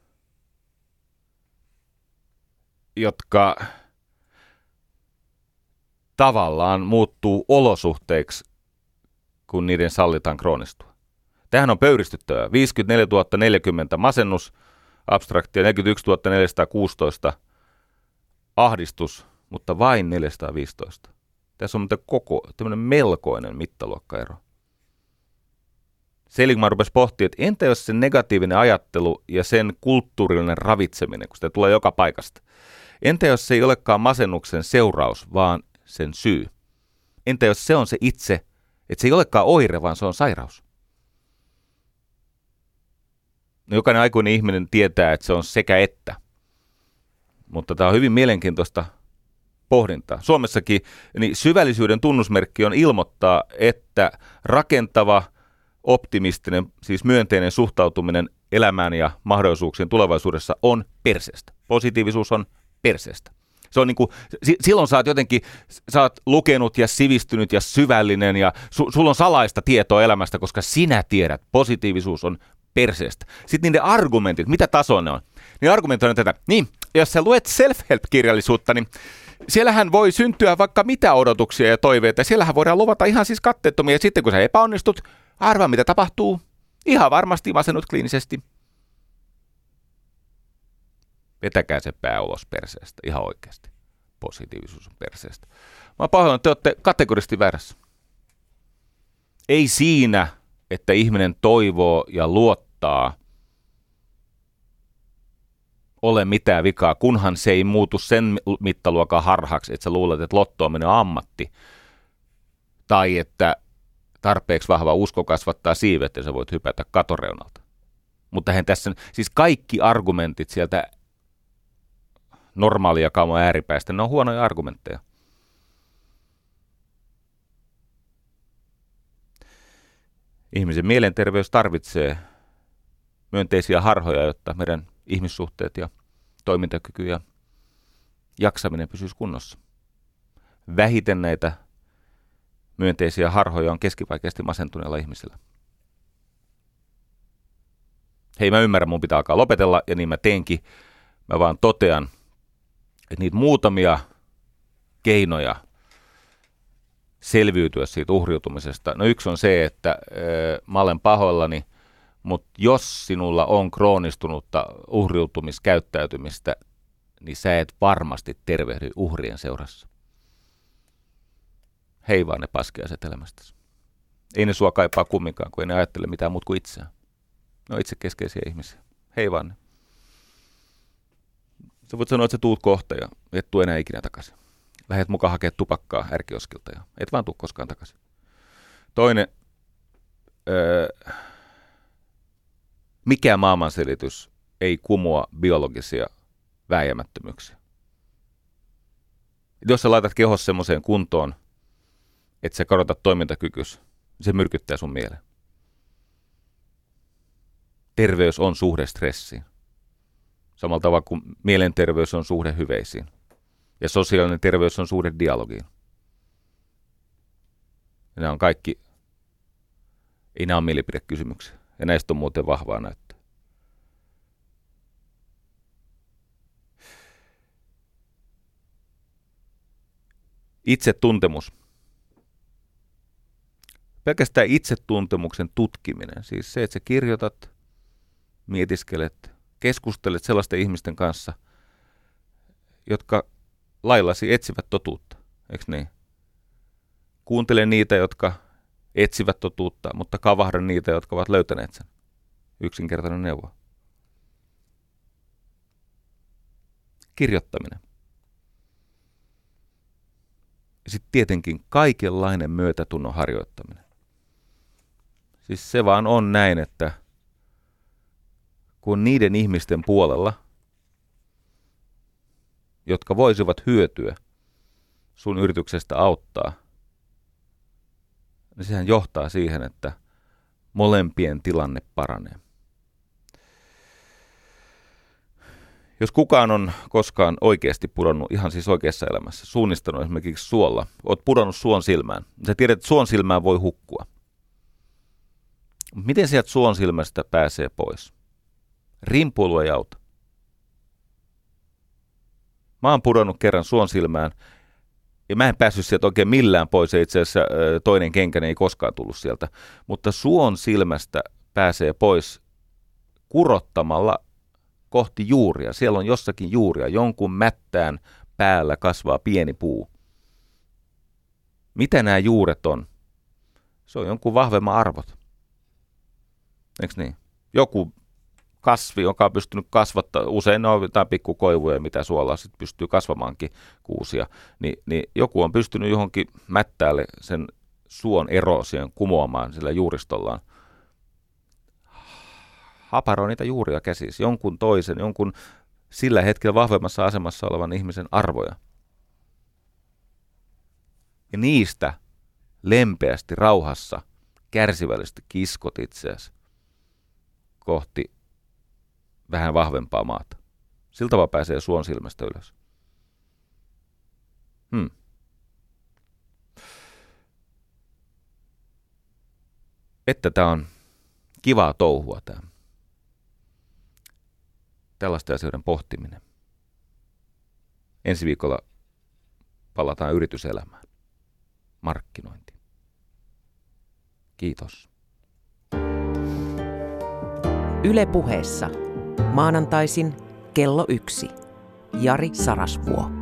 jotka tavallaan muuttuu olosuhteiksi, kun niiden sallitaan kroonistua. Tähän on pöyristyttävää. viisikymmentäneljätuhatta neljäkymmentä masennus, abstraktia, neljäkymmentäyksituhatta neljäsataakuusitoista ahdistus, mutta vain neljäsataaviisitoista. Tässä on muuten koko tämmöinen melkoinen mittaluokkaero. Seligman rupesi pohtimaan, että entä jos se negatiivinen ajattelu ja sen kulttuurillinen ravitseminen, kun sitä tulee joka paikasta. Entä jos se ei olekaan masennuksen seuraus, vaan sen syy? Entä jos se on se itse, että se ei olekaan oire, vaan se on sairaus? Jokainen aikuinen ihminen tietää, että se on sekä että. Mutta tämä on hyvin mielenkiintoista pohdintaa. Suomessakin niin syvällisyyden tunnusmerkki on ilmoittaa, että rakentava, optimistinen, siis myönteinen suhtautuminen elämään ja mahdollisuuksien tulevaisuudessa on perseestä. Positiivisuus on perseestä. Se on niin kuin, silloin sä oot jotenkin, sä oot lukenut ja sivistynyt ja syvällinen ja su, sulla on salaista tietoa elämästä, koska sinä tiedät, positiivisuus on perseestä. Sitten niiden argumentit, mitä tasoa ne on? Niin argumentit on tätä, niin, jos sä luet self-help-kirjallisuutta, niin siellähän voi syntyä vaikka mitä odotuksia ja toiveita, ja siellähän voidaan luvata ihan siis katteettomia, ja sitten kun sä epäonnistut, arvaa mitä tapahtuu, ihan varmasti masennut kliinisesti. Vetäkää se pää ulos perseestä, ihan oikeasti. Positiivisuus on perseestä. Mä pahoin, että te olette kategorisesti väärässä. Ei siinä, että ihminen toivoo ja luottaa, ole mitään vikaa, kunhan se ei muutu sen mittaluokan harhaksi, että sä luulet, että lottoaminen on ammatti. Tai että tarpeeksi vahva usko kasvattaa siivet ja sä voit hypätä katoreunalta. Mutta hän tässä, siis kaikki argumentit sieltä normaalia kauman ääripäästä, ne on huonoja argumentteja. Ihmisen mielenterveys tarvitsee myönteisiä harhoja, jotta meidän ihmissuhteet ja toimintakyky ja jaksaminen pysyisi kunnossa. Vähiten näitä myönteisiä harhoja on keskivaikeasti masentuneilla ihmisillä. Hei, mä ymmärrän, mun pitää alkaa lopetella, ja niin mä teenkin. Mä vaan totean, että niitä muutamia keinoja selviytyä siitä uhriutumisesta. No yksi on se, että ö, mä olen pahoillani, mutta jos sinulla on kroonistunutta uhriutumiskäyttäytymistä, niin sä et varmasti tervehdy uhrien seurassa. Hei vaan ne paskiaiset elämästäsi. Ei ne sua kaipaa kumminkaan, kun ei ne ajattele mitään muuta kuin itseään. Ne on itsekeskeisiä ihmisiä. Hei vaan ne. Sä voit sanoa, että sä tuut kohta ja et tuu enää ikinä takaisin. Lähet mukaan hakea tupakkaa ärkioskilta ja et vaan tuu koskaan takaisin. Toinen, öö, mikään maailmanselitys ei kumoa biologisia vääjäämättömyyksiä. Jos sä laitat kehos semmoiseen kuntoon, että sä kadotat toimintakykys, se myrkyttää sun mieleen. Terveys on suhde stressiin. Samalla tavalla kuin mielenterveys on suhde hyveisiin. Ja sosiaalinen terveys on suhde dialogiin. Ja nämä on kaikki, ei nämä ole mielipidekysymyksiä. Ja näistä on muuten vahvaa näyttöä. Itsetuntemus. Pelkästään itsetuntemuksen tutkiminen, siis se, että sä kirjoitat, mietiskelet, keskustelet sellaisten ihmisten kanssa, jotka laillasi etsivät totuutta, eikö niin? Kuuntele niitä, jotka etsivät totuutta, mutta kavahda niitä, jotka ovat löytäneet sen. Yksinkertainen neuvo. Kirjoittaminen. Ja sitten tietenkin kaikenlainen myötätunnon harjoittaminen. Siis se vaan on näin, että kun niiden ihmisten puolella, jotka voisivat hyötyä sun yrityksestä auttaa, niin sehän johtaa siihen, että molempien tilanne paranee. Jos kukaan on koskaan oikeasti pudonnut, ihan siis oikeassa elämässä, suunnistanut esimerkiksi suolla, oot pudonnut suon silmään, sä tiedät, että suon silmään voi hukkua. Miten sieltä suon silmästä pääsee pois? Rimpuilu ei auta. Mä oon pudonnut kerran suon silmään, ja mä en päässyt sieltä oikein millään pois, ja itse asiassa toinen kenkäni ei koskaan tullut sieltä. Mutta suon silmästä pääsee pois kurottamalla kohti juuria. Siellä on jossakin juuria, jonkun mättään päällä kasvaa pieni puu. Mitä nämä juuret on? Se on jonkun vahvemman arvot. Eikö niin? Joku kasvi, joka on pystynyt kasvattamaan, usein ne on jotain pikkukoivuja, mitä suolaa sitten pystyy kasvamaankin kuusia, niin, niin joku on pystynyt johonkin mättäälle sen suon eroosien kumoamaan sillä juuristollaan. Haparoi niitä juuria käsissä, jonkun toisen, jonkun sillä hetkellä vahvemmassa asemassa olevan ihmisen arvoja. Ja niistä lempeästi, rauhassa, kärsivällisesti kiskot itseäsi kohti vähän vahvempaa maata. Sillä tavalla pääsee suon silmästä ylös. Hmm. Että tämä on kivaa touhua tämä. Tällaisten asioiden pohtiminen. Ensi viikolla palataan yrityselämään. Markkinointi. Kiitos. Yle Puheessa. Maanantaisin kello yksi. Jari Sarasvuo.